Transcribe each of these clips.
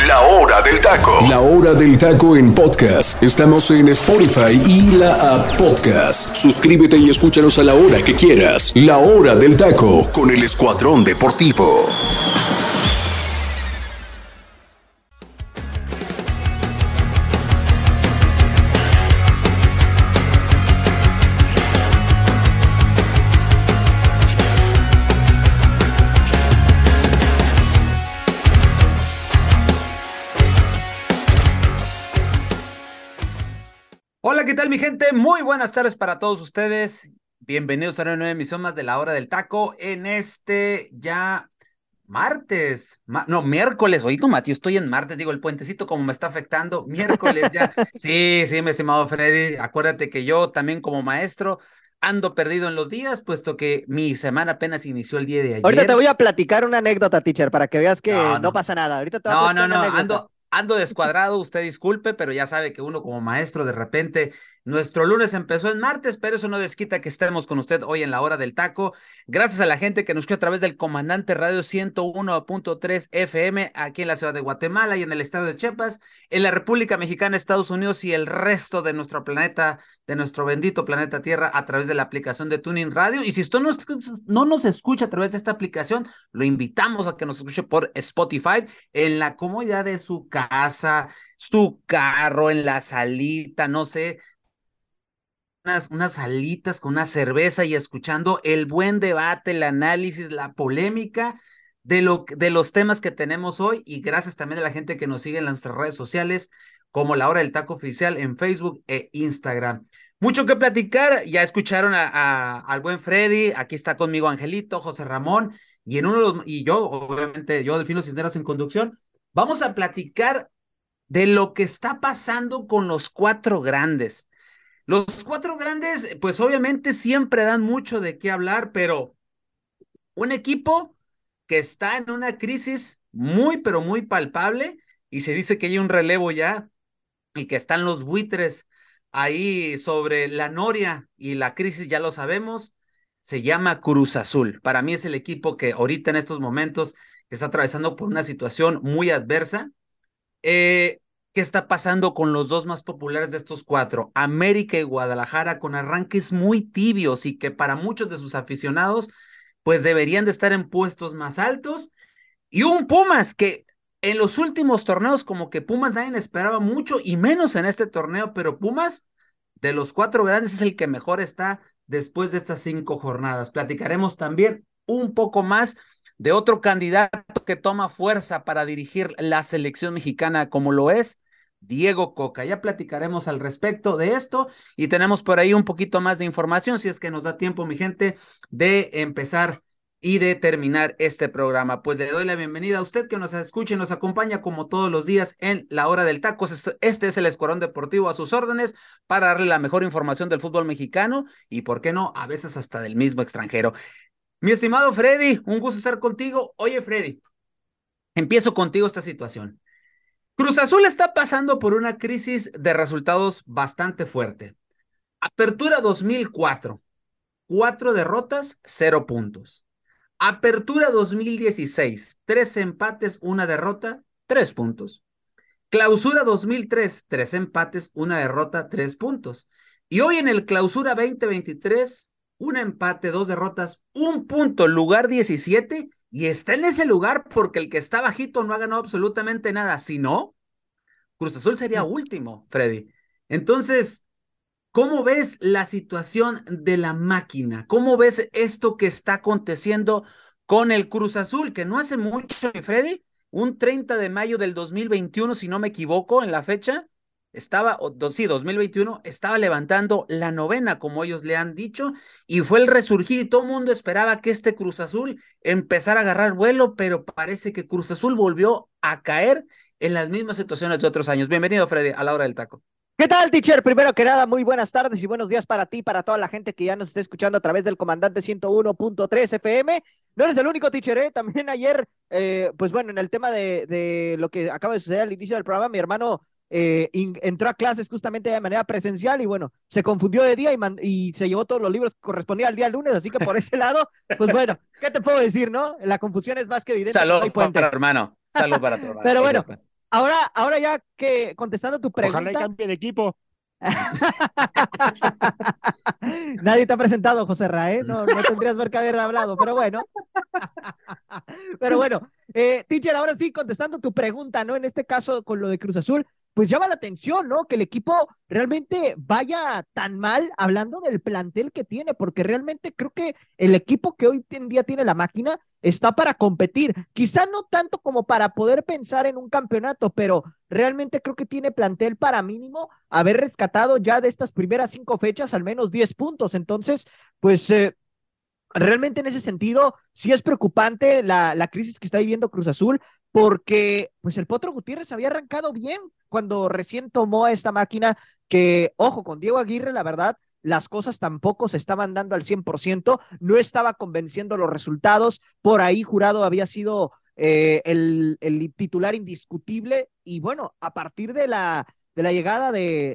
La Hora del Taco. La Hora del Taco en podcast. Estamos en Spotify y la app Podcast. Suscríbete y escúchanos a la hora que quieras. La Hora del Taco con el Escuadrón Deportivo. Hola, ¿qué tal mi gente? Muy buenas tardes para todos ustedes. Bienvenidos a una nueva emisión más de La Hora del Taco en este ya martes, miércoles. Oído, Mateo, estoy en martes, digo, el puentecito como me está afectando. Miércoles ya. Sí, mi estimado Freddy, acuérdate que yo también como maestro ando perdido en los días, puesto que mi semana apenas inició el día de Ahorita te ayer. voy a platicar una anécdota, teacher, para que veas que No, no no. pasa nada. Ahorita te voy a No, platicar no, una no, anécdota. ando descuadrado, usted disculpe, pero ya sabe que uno como maestro de repente, nuestro lunes empezó en martes, pero eso no desquita que estemos con usted hoy en la hora del taco. Gracias a la gente que nos escucha a través del Comandante Radio 101.3 FM aquí en la ciudad de Guatemala y en el estado de Chiapas, en la República Mexicana, Estados Unidos y el resto de nuestro planeta, de nuestro bendito planeta Tierra a través de la aplicación de Tuning Radio. Y si usted no nos escucha a través de esta aplicación, lo invitamos a que nos escuche por Spotify en la comodidad de su casa, su carro, en la salita, no sé, unas salitas con una cerveza y escuchando el buen debate, el análisis, la polémica de los temas que tenemos hoy, y gracias también a la gente que nos sigue en nuestras redes sociales como La Hora del Taco Oficial en Facebook e Instagram. Mucho que platicar, ya escucharon al buen Freddy, aquí está conmigo Angelito, José Ramón, y yo, obviamente, yo, Delfino Cisneros en conducción. Vamos a platicar de lo que está pasando con los cuatro grandes. Los cuatro grandes, pues obviamente siempre dan mucho de qué hablar, pero un equipo que está en una crisis muy, pero muy palpable, y se dice que hay un relevo ya y que están los buitres ahí sobre la noria y la crisis, ya lo sabemos, se llama Cruz Azul. Para mí es el equipo que ahorita en estos momentos está atravesando por una situación muy adversa. ¿Qué está pasando con los dos más populares de estos cuatro? América y Guadalajara, con arranques muy tibios y que para muchos de sus aficionados pues deberían de estar en puestos más altos, y un Pumas que en los últimos torneos como que Pumas nadie esperaba mucho y menos en este torneo, pero Pumas de los cuatro grandes es el que mejor está después de estas 5 jornadas. Platicaremos también un poco más de otro candidato que toma fuerza para dirigir la selección mexicana como lo es Diego Coca. Ya platicaremos al respecto de esto y tenemos por ahí un poquito más de información, si es que nos da tiempo, mi gente, de empezar y de terminar este programa. Pues le doy la bienvenida a usted que nos escuche y nos acompaña como todos los días en La Hora del Taco. Este es el Escuadrón Deportivo a sus órdenes para darle la mejor información del fútbol mexicano y, ¿por qué no?, a veces hasta del mismo extranjero. Mi estimado Freddy, un gusto estar contigo. Oye, Freddy, empiezo contigo esta situación. Cruz Azul está pasando por una crisis de resultados bastante fuerte. Apertura 2004, 4 derrotas, 0 puntos. Apertura 2016, 3 empates, 1 derrota, 3 puntos. Clausura 2003, 3 empates, 1 derrota, 3 puntos. Y hoy en el Clausura 2023, 1 empate, 2 derrotas, 1 punto, lugar 17, y está en ese lugar porque el que está bajito no ha ganado absolutamente nada. Si no, Cruz Azul sería último, Freddy. Entonces, ¿cómo ves la situación de la máquina? ¿Cómo ves esto que está aconteciendo con el Cruz Azul? Que no hace mucho, Freddy, un 30 de mayo del 2021, si no me equivoco, en la fecha, sí, 2021, estaba levantando la novena, como ellos le han dicho, y fue el resurgir, y todo el mundo esperaba que este Cruz Azul empezara a agarrar vuelo, pero parece que Cruz Azul volvió a caer en las mismas situaciones de otros años. Bienvenido, Freddy, a la hora del taco. ¿Qué tal, teacher? Primero que nada, muy buenas tardes y buenos días para ti, para toda la gente que ya nos está escuchando a través del Comandante 101.3 FM. No eres el único, teacher, ¿eh? También ayer, pues bueno, en el tema de lo que acaba de suceder al inicio del programa, mi hermano entró a clases justamente de manera presencial y bueno, se confundió de día y se llevó todos los libros que correspondían al día lunes, así que por ese lado, pues bueno, ¿qué te puedo decir, no? La confusión es más que evidente. Salud No hay para puente. hermano. Salud para tu hermano, Pero por bueno, cierto. ahora ya que contestando tu Ojalá y pregunta, cambie de equipo. nadie te ha presentado, José Ra, no tendrías por qué haber hablado, pero bueno. Pero bueno, teacher, ahora sí, contestando tu pregunta, ¿no? En este caso, con lo de Cruz Azul, pues llama la atención, ¿no? Que el equipo realmente vaya tan mal hablando del plantel que tiene, porque realmente creo que el equipo que hoy en día tiene la máquina está para competir. Quizá no tanto como para poder pensar en un campeonato, pero realmente creo que tiene plantel para mínimo haber rescatado ya de estas primeras 5 fechas al menos 10 puntos. Entonces, pues realmente en ese sentido, sí es preocupante la crisis que está viviendo Cruz Azul, porque pues el Potro Gutiérrez había arrancado bien cuando recién tomó a esta máquina, que, ojo, con Diego Aguirre, la verdad, las cosas tampoco se estaban dando al 100%, no estaba convenciendo los resultados, por ahí Jurado había sido el titular indiscutible, y bueno, a partir de la llegada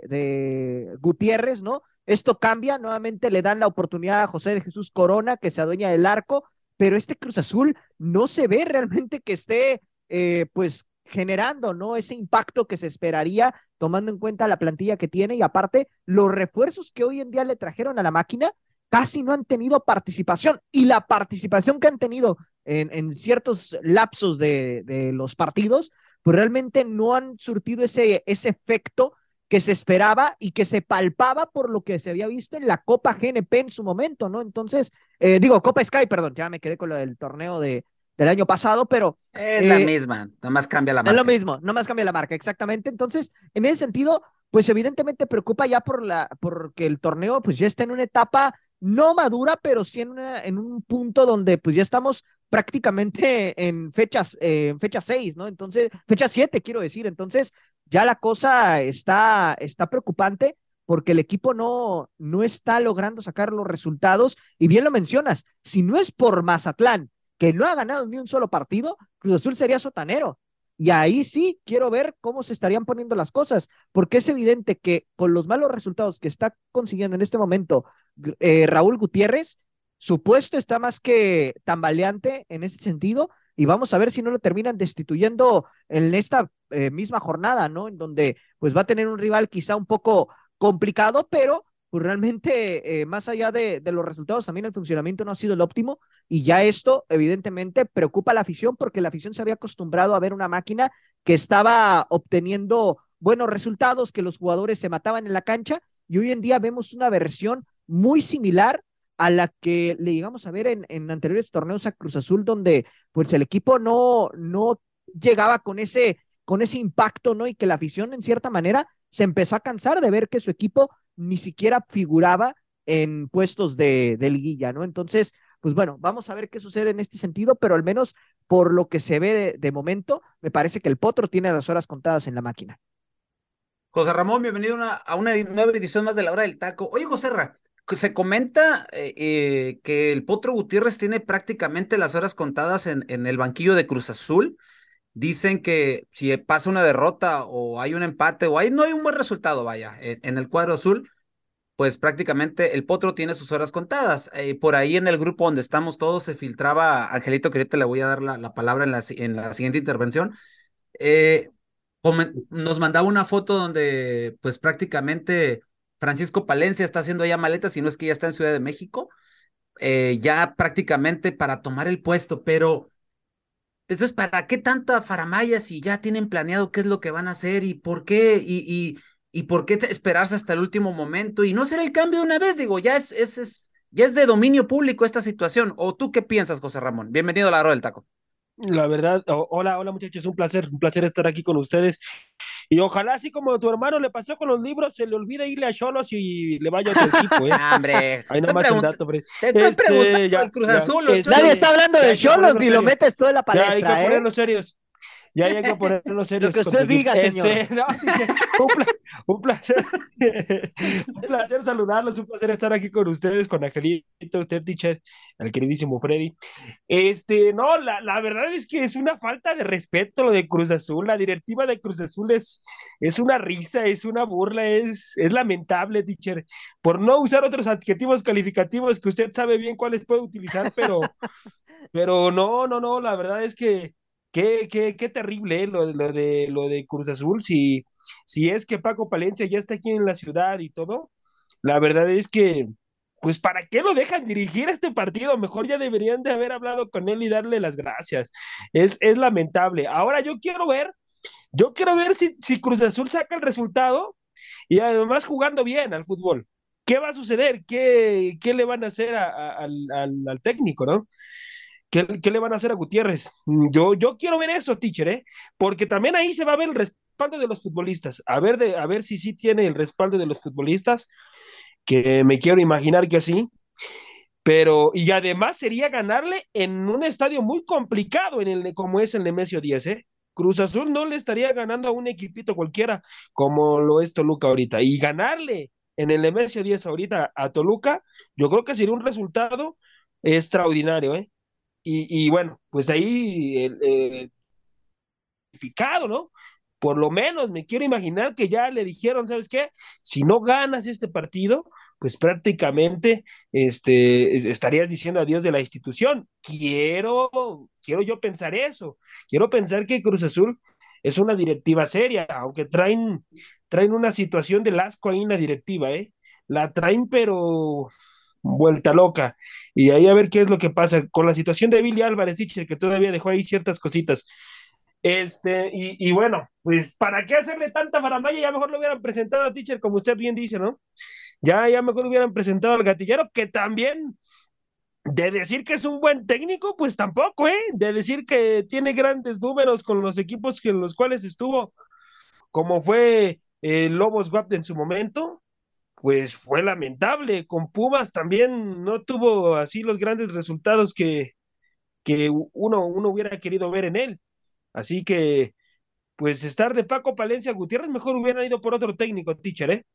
de Gutiérrez, ¿no? Esto cambia, nuevamente le dan la oportunidad a José de Jesús Corona, que se adueña del arco, pero este Cruz Azul no se ve realmente que esté, pues, generando, ¿no? Ese impacto que se esperaría, tomando en cuenta la plantilla que tiene y aparte los refuerzos que hoy en día le trajeron a la máquina casi no han tenido participación y la participación que han tenido en ciertos lapsos de los partidos, pues realmente no han surtido ese efecto que se esperaba y que se palpaba por lo que se había visto en la Copa GNP en su momento, ¿no? Entonces, digo, Copa Sky, perdón, ya me quedé con lo del torneo del año pasado, pero Es la eh, misma, nomás cambia la es lo marca. mismo, no más cambia la marca, exactamente. Entonces, en ese sentido, pues evidentemente preocupa ya porque el torneo pues ya está en una etapa no madura, pero sí en un punto donde pues ya estamos prácticamente en fecha 6, ¿no? Entonces, fecha 7 quiero decir. Entonces, ya la cosa está preocupante porque el equipo no está logrando sacar los resultados. Y bien lo mencionas, si no es por Mazatlán, que no ha ganado ni un solo partido, Cruz Azul sería sotanero. Y ahí sí quiero ver cómo se estarían poniendo las cosas, porque es evidente que con los malos resultados que está consiguiendo en este momento Raúl Gutiérrez, su puesto está más que tambaleante en ese sentido, y vamos a ver si no lo terminan destituyendo en esta misma jornada, ¿no? En donde pues va a tener un rival quizá un poco complicado, pero pues realmente más allá de los resultados, también el funcionamiento no ha sido el óptimo y ya esto evidentemente preocupa a la afición porque la afición se había acostumbrado a ver una máquina que estaba obteniendo buenos resultados, que los jugadores se mataban en la cancha y hoy en día vemos una versión muy similar a la que le llegamos a ver en anteriores torneos a Cruz Azul, donde pues el equipo no llegaba con ese impacto, ¿no? Y que la afición en cierta manera se empezó a cansar de ver que su equipo ni siquiera figuraba en puestos de liguilla, ¿no? Entonces, pues bueno, vamos a ver qué sucede en este sentido, pero al menos por lo que se ve de momento, me parece que el Potro tiene las horas contadas en la máquina. José Ramón, bienvenido a una nueva edición más de la hora del taco. Oye, José Ra, que se comenta que el Potro Gutiérrez tiene prácticamente las horas contadas en el banquillo de Cruz Azul. Dicen que si pasa una derrota o hay un empate o no hay un buen resultado, vaya, en el cuadro azul, pues prácticamente el Potro tiene sus horas contadas. Por ahí en el grupo donde estamos todos se filtraba, Angelito, que ahorita le voy a dar la palabra en la siguiente intervención, eh, nos mandaba una foto donde pues prácticamente Francisco Palencia está haciendo ya maletas, y no es que ya está en Ciudad de México, ya prácticamente para tomar el puesto, pero entonces, ¿para qué tanta faramaya si ya tienen planeado qué es lo que van a hacer y por qué y por qué esperarse hasta el último momento y no hacer el cambio de una vez? Digo, ya es de dominio público esta situación. ¿O tú qué piensas, José Ramón? Bienvenido a la hora del taco. La verdad, hola, hola muchachos, un placer estar aquí con ustedes. Y ojalá, así como a tu hermano le pasó con los libros, se le olvide irle a Cholos y le vaya a otro equipo, ¿eh? Ah, hombre, Ahí nomás el dato, Fred. te estoy preguntando del Ya, Cruz ya, Azul, los Nadie Cholos. está hablando ya de hay que Cholos ponernos y lo serios. metes todo en la Ya hay que palestra, ¿eh? ponernos serios. Ya hay que ponernos Lo serios que con tu usted equipo. diga, señor. No, teacher, un placer, un placer saludarlos, un placer estar aquí con ustedes, con Angelito, usted, teacher, el queridísimo Freddy. No, la verdad es que es una falta de respeto lo de Cruz Azul. La directiva de Cruz Azul es una risa, es una burla, es lamentable, teacher, por no usar otros adjetivos calificativos que usted sabe bien cuáles puede utilizar, pero no, la verdad es que Qué terrible, lo de Cruz Azul. Si es que Paco Palencia ya está aquí en la ciudad y todo, la verdad es que, pues, ¿para qué lo dejan dirigir este partido? Mejor ya deberían de haber hablado con él y darle las gracias. Es lamentable. Ahora yo quiero ver si Cruz Azul saca el resultado y además jugando bien al fútbol. ¿Qué va a suceder? ¿Qué le van a hacer al técnico, ¿no? ¿Qué le van a hacer a Gutiérrez? Yo quiero ver eso, teacher, ¿eh? Porque también ahí se va a ver el respaldo de los futbolistas. A ver si sí tiene el respaldo de los futbolistas, que me quiero imaginar que sí. Y además sería ganarle en un estadio muy complicado como es el Nemesio 10, ¿eh? Cruz Azul no le estaría ganando a un equipito cualquiera como lo es Toluca ahorita. Y ganarle en el Nemesio 10 ahorita a Toluca, yo creo que sería un resultado extraordinario, ¿eh? Y bueno, pues ahí ¿no? Por lo menos me quiero imaginar que ya le dijeron, ¿sabes qué? Si no ganas este partido, pues prácticamente estarías diciendo adiós de la institución. Quiero yo pensar eso. Quiero pensar que Cruz Azul es una directiva seria, aunque traen una situación de asco ahí en la directiva, ¿eh? La traen, pero vuelta loca. Y ahí a ver qué es lo que pasa con la situación de Billy Álvarez, teacher, que todavía dejó ahí ciertas cositas. Y bueno, pues ¿para qué hacerle tanta faramaya? Ya mejor lo hubieran presentado a teacher, como usted bien dice, ¿no? Ya mejor hubieran presentado al gatillero, que también, de decir que es un buen técnico, pues tampoco, ¿eh? De decir que tiene grandes números con los equipos en los cuales estuvo, como fue Lobos WAP en su momento, pues fue lamentable. Con Pumas también no tuvo así los grandes resultados que uno hubiera querido ver en él. Así que, pues estar de Paco Palencia a Gutiérrez, mejor hubieran ido por otro técnico, teacher, ¿eh?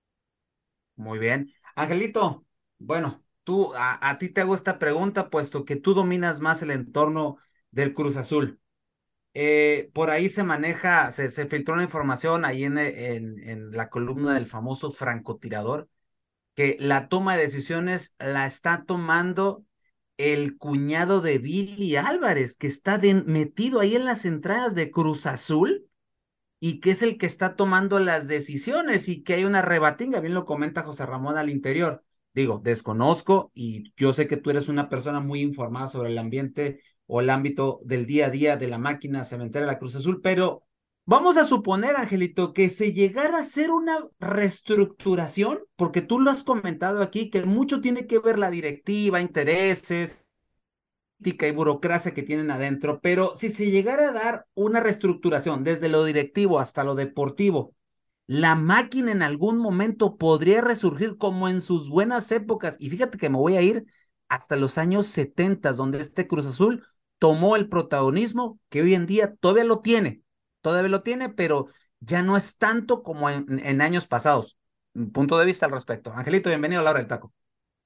Muy bien. Angelito, bueno, a ti te hago esta pregunta, puesto que tú dominas más el entorno del Cruz Azul. Por ahí se maneja, se filtró una información ahí en la columna del famoso francotirador, que la toma de decisiones la está tomando el cuñado de Billy Álvarez, que está metido ahí en las entradas de Cruz Azul y que es el que está tomando las decisiones y que hay una rebatinga, bien lo comenta José Ramón al interior. Digo, desconozco y yo sé que tú eres una persona muy informada sobre el ambiente o el ámbito del día a día de la máquina cementera de la Cruz Azul, pero vamos a suponer, Angelito, que se llegara a hacer una reestructuración, porque tú lo has comentado aquí, que mucho tiene que ver la directiva, intereses y burocracia que tienen adentro, pero si se llegara a dar una reestructuración desde lo directivo hasta lo deportivo, la máquina en algún momento podría resurgir como en sus buenas épocas. Y fíjate que me voy a ir hasta los años 70, donde este Cruz Azul tomó el protagonismo que hoy en día todavía lo tiene, pero ya no es tanto como en años pasados. Un punto de vista al respecto. Angelito, bienvenido a la hora del taco.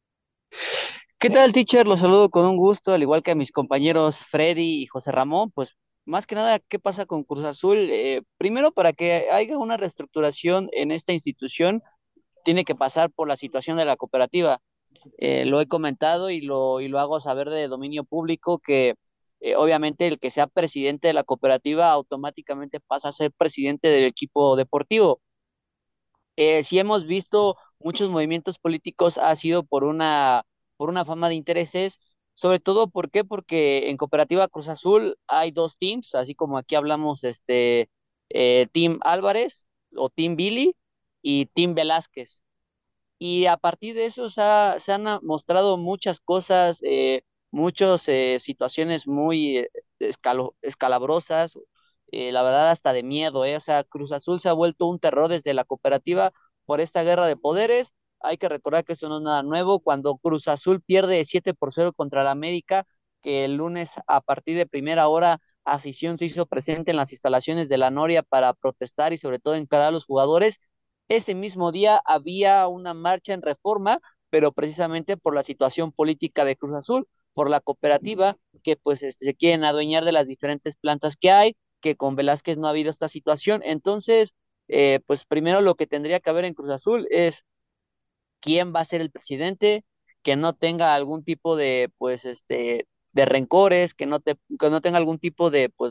¿Qué tal, teacher? Los saludo con un gusto, al igual que a mis compañeros Freddy y José Ramón. Pues más que nada, ¿qué pasa con Cruz Azul? Primero, para que haya una reestructuración en esta institución, tiene que pasar por la situación de la cooperativa. Lo he comentado y lo hago saber de dominio público que obviamente el que sea presidente de la cooperativa automáticamente pasa a ser presidente del equipo deportivo. Si hemos visto muchos movimientos políticos ha sido por una fama de intereses, sobre todo, ¿por qué? Porque en Cooperativa Cruz Azul hay dos teams, así como aquí hablamos, Team Álvarez o Team Billy y Team Velázquez. Y a partir de eso se han mostrado muchas cosas, muchas situaciones muy escalabrosas, la verdad hasta de miedo, ¿eh? O sea, Cruz Azul se ha vuelto un terror desde la cooperativa por esta guerra de poderes. Hay que recordar que eso no es nada nuevo. Cuando Cruz Azul pierde 7-0 contra el América, que el lunes a partir de primera hora afición se hizo presente en las instalaciones de la Noria para protestar y sobre todo encarar a los jugadores. Ese mismo día había una marcha en Reforma, pero precisamente por la situación política de Cruz Azul, por la cooperativa, que pues se quieren adueñar de las diferentes plantas que hay, que con Velázquez no ha habido esta situación. Entonces, pues primero lo que tendría que haber en Cruz Azul es quién va a ser el presidente, que no tenga algún tipo de, pues, de rencores, que no tenga algún tipo de, pues,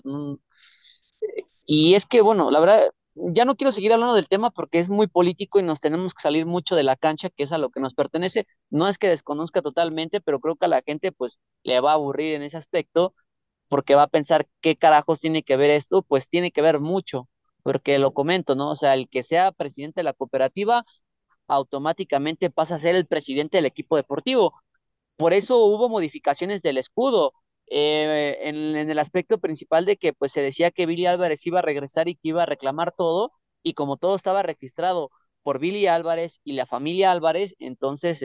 y es que, bueno, la verdad, ya no quiero seguir hablando del tema porque es muy político y nos tenemos que salir mucho de la cancha, que es a lo que nos pertenece. No es que desconozca totalmente, pero creo que a la gente, pues, le va a aburrir en ese aspecto porque va a pensar qué carajos tiene que ver esto, pues tiene que ver mucho, porque lo comento, ¿no? O sea, el que sea presidente de la cooperativa automáticamente pasa a ser el presidente del equipo deportivo. Por eso hubo modificaciones del escudo, en el aspecto principal de que pues se decía que Billy Álvarez iba a regresar y que iba a reclamar todo, y como todo estaba registrado por Billy Álvarez y la familia Álvarez, entonces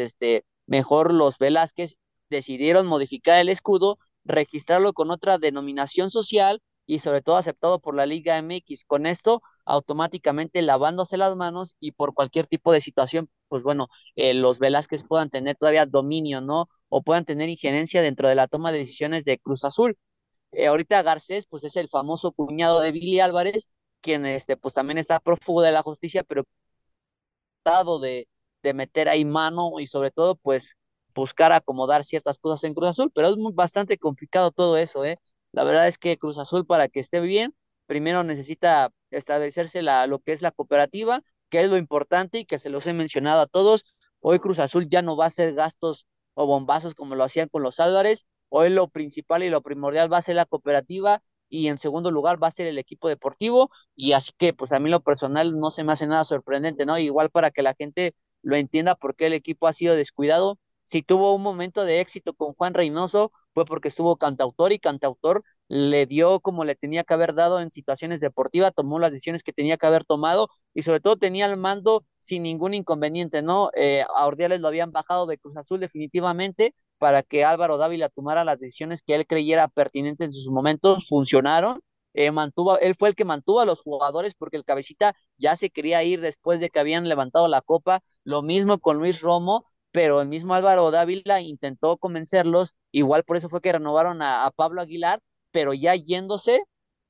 mejor los Velázquez decidieron modificar el escudo, registrarlo con otra denominación social y sobre todo aceptado por la Liga MX. Con esto, automáticamente lavándose las manos y por cualquier tipo de situación, pues bueno, los Velázquez puedan tener todavía dominio, ¿no? O puedan tener injerencia dentro de la toma de decisiones de Cruz Azul. Ahorita Garcés, pues es el famoso cuñado de Billy Álvarez, quien pues también está prófugo de la justicia, pero tratado de meter ahí mano y sobre todo, pues buscar acomodar ciertas cosas en Cruz Azul, pero es bastante complicado todo eso, ¿eh? La verdad es que Cruz Azul, para que esté bien, primero necesita establecerse lo que es la cooperativa, que es lo importante y que se los he mencionado a todos. Hoy Cruz Azul ya no va a hacer gastos o bombazos como lo hacían con los Álvarez. Hoy lo principal y lo primordial va a ser la cooperativa y en segundo lugar va a ser el equipo deportivo, y así que pues a mí lo personal no se me hace nada sorprendente, ¿no? Igual para que la gente lo entienda por qué el equipo ha sido descuidado. Si tuvo un momento de éxito con Juan Reynoso, fue porque estuvo cantautor y cantautor le dio como le tenía que haber dado en situaciones deportivas, tomó las decisiones que tenía que haber tomado y sobre todo tenía el mando sin ningún inconveniente, ¿no? A Ordiales lo habían bajado de Cruz Azul definitivamente para que Álvaro Dávila tomara las decisiones que él creyera pertinentes en sus momentos, funcionaron. Él fue el que mantuvo a los jugadores porque el cabecita ya se quería ir después de que habían levantado la copa, lo mismo con Luis Romo, pero el mismo Álvaro Dávila intentó convencerlos, igual por eso fue que renovaron a Pablo Aguilar, pero ya yéndose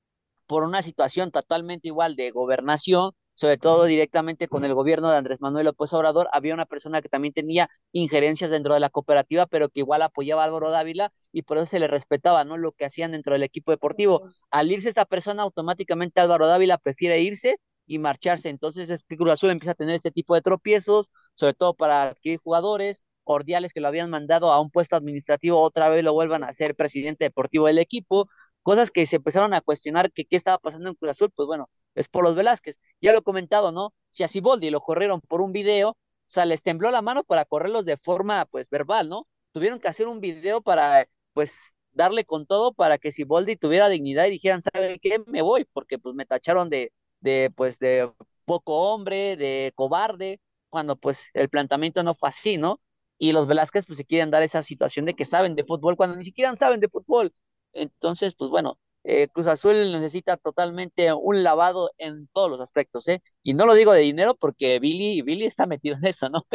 por una situación totalmente igual de gobernación, sobre todo directamente con el gobierno de Andrés Manuel López Obrador, había una persona que también tenía injerencias dentro de la cooperativa, pero que igual apoyaba a Álvaro Dávila y por eso se le respetaba, ¿no? Lo que hacían dentro del equipo deportivo. Al irse esta persona, automáticamente Álvaro Dávila prefiere irse y marcharse. Entonces es que Cruz Azul empieza a tener este tipo de tropiezos, sobre todo para adquirir jugadores. Ordiales, que lo habían mandado a un puesto administrativo, otra vez lo vuelvan a ser presidente deportivo del equipo, cosas que se empezaron a cuestionar que qué estaba pasando en Cruz Azul, pues bueno, es por los Velázquez. Ya lo he comentado, ¿no? Si a Siboldi lo corrieron por un video, o sea, les tembló la mano para correrlos de forma, pues, verbal, ¿no? Tuvieron que hacer un video para, pues, darle con todo para que Siboldi tuviera dignidad y dijeran, ¿sabe qué? Me voy, porque, pues, me tacharon pues, de poco hombre, de cobarde, cuando, pues, el planteamiento no fue así, ¿no? Y los Velázquez, pues, se quieren dar esa situación de que saben de fútbol cuando ni siquiera saben de fútbol. Entonces, pues bueno, Cruz Azul necesita totalmente un lavado en todos los aspectos, ¿eh? Y no lo digo de dinero porque Billy está metido en eso, ¿no?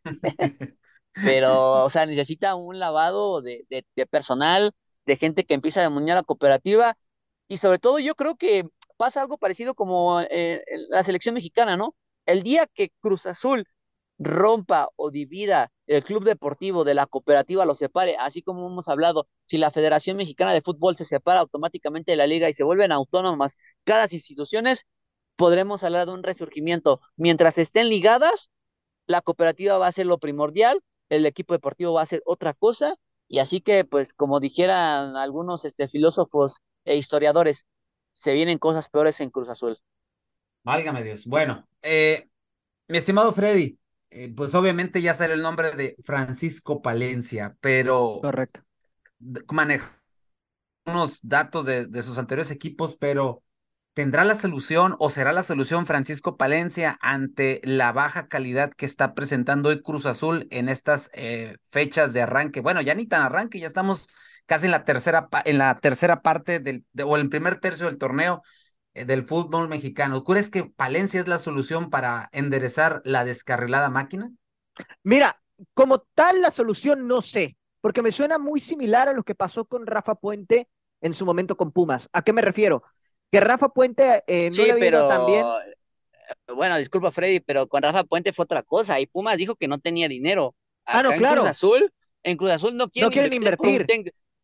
Pero, o sea, necesita un lavado de personal, de gente que empieza a demoniar la cooperativa. Y sobre todo yo creo que pasa algo parecido como en la selección mexicana, ¿no? El día que Cruz Azul rompa o divida el club deportivo de la cooperativa, lo separe, así como hemos hablado, si la Federación Mexicana de Fútbol se separa automáticamente de la liga y se vuelven autónomas cada instituciones, podremos hablar de un resurgimiento. Mientras estén ligadas, la cooperativa va a ser lo primordial, el equipo deportivo va a ser otra cosa, y así que, pues, como dijeran algunos filósofos e historiadores, se vienen cosas peores en Cruz Azul. Válgame Dios. Bueno, mi estimado Freddy, pues obviamente ya sale el nombre de Francisco Palencia, pero Correcto. maneja unos datos de sus anteriores equipos, pero ¿tendrá la solución o será la solución Francisco Palencia ante la baja calidad que está presentando hoy Cruz Azul en estas fechas de arranque? Bueno, ya ni tan arranque, ya estamos casi en la en la tercera parte o el primer tercio del torneo del fútbol mexicano. ¿Crees que Palencia es la solución para enderezar la descarrilada máquina? Mira, como tal la solución no sé, porque me suena muy similar a lo que pasó con Rafa Puente en su momento con Pumas. ¿A qué me refiero? Que Rafa Puente no le Sí, había ido tan bien. pero bueno, disculpa Freddy, pero con Rafa Puente fue otra cosa y Pumas dijo que no tenía dinero. Ah, no, Acá claro, En Cruz Azul no no quieren quieren invertir por un invertir. técnico.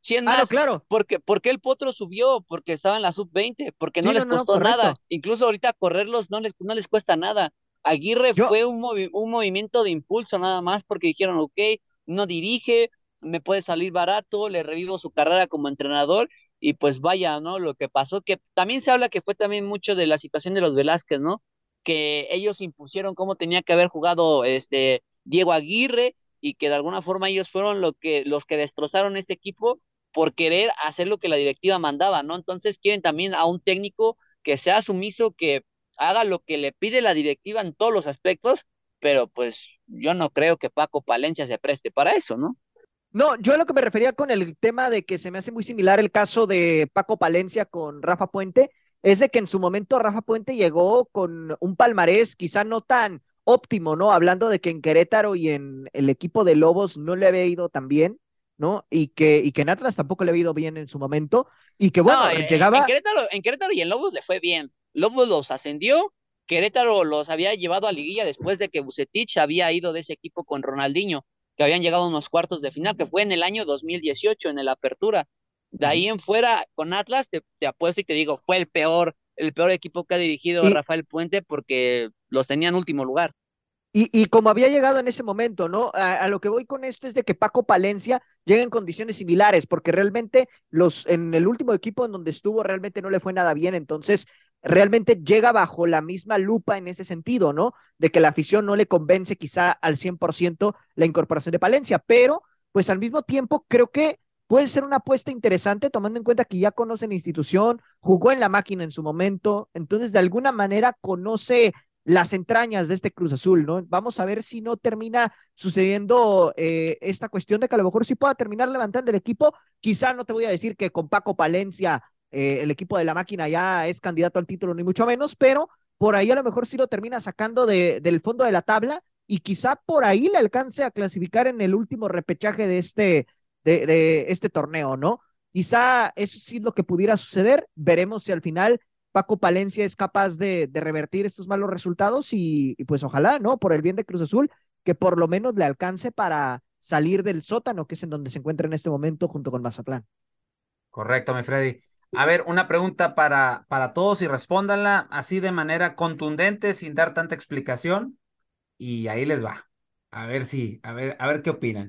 Si es Ah, no, más, claro. porque el Potro subió, porque estaba en la sub-20, porque no Sí, no, les no, no, costó nada. correcto. Incluso ahorita correrlos no les cuesta nada. Aguirre Yo, fue un movimiento de impulso nada más, porque dijeron, ok, no dirige, me puede salir barato, le revivo su carrera como entrenador, y pues vaya, ¿no? Lo que pasó, que también se habla que fue también mucho de la situación de los Velázquez, ¿no? Que ellos impusieron cómo tenía que haber jugado Diego Aguirre, y que de alguna forma ellos fueron los que destrozaron este equipo por querer hacer lo que la directiva mandaba, ¿no? Entonces quieren también a un técnico que sea sumiso, que haga lo que le pide la directiva en todos los aspectos, pero pues yo no creo que Paco Palencia se preste para eso, ¿no? no, yo a lo que me refería con el tema de que se me hace muy similar el caso de Paco Palencia con Rafa Puente, es de que en su momento Rafa Puente llegó con un palmarés quizá no tan óptimo, ¿no? Hablando de que en Querétaro y en el equipo de Lobos no le había ido tan bien, ¿no? Y que en Atlas tampoco le había ido bien en su momento, y que No, bueno, llegaba, En Querétaro y en Lobos le fue bien. Lobos los ascendió, Querétaro los había llevado a liguilla después de que Bucetich había ido de ese equipo con Ronaldinho, que habían llegado a unos cuartos de final, que fue en el año 2018, en el Apertura. De ahí en fuera, con Atlas, te apuesto y te digo, fue el peor equipo que ha dirigido y, Rafael Puente, porque los tenía en último lugar. y como había llegado en ese momento, ¿no? A lo que voy con esto es de que Paco Palencia llega en condiciones similares, porque realmente en el último equipo en donde estuvo realmente no le fue nada bien, entonces realmente llega bajo la misma lupa en ese sentido, ¿no? De que la afición no le convence quizá al 100% la incorporación de Palencia, pero pues al mismo tiempo creo que puede ser una apuesta interesante tomando en cuenta que ya conoce la institución, jugó en la máquina en su momento, entonces de alguna manera conoce las entrañas de este Cruz Azul, ¿no? Vamos a ver si no termina sucediendo esta cuestión de que a lo mejor sí pueda terminar levantando el equipo. Quizá no te voy a decir que con Paco Palencia el equipo de la máquina ya es candidato al título, ni mucho menos, pero por ahí a lo mejor sí lo termina sacando del fondo de la tabla y quizá por ahí le alcance a clasificar en el último repechaje de este torneo, ¿no? Quizá eso sí es lo que pudiera suceder. Veremos si al final Paco Palencia es capaz de revertir estos malos resultados y pues ojalá, ¿no? Por el bien de Cruz Azul, que por lo menos le alcance para salir del sótano, que es en donde se encuentra en este momento junto con Mazatlán. Correcto, mi Freddy. A ver, una pregunta para todos y respóndanla así de manera contundente, sin dar tanta explicación. Y ahí les va. A ver qué opinan.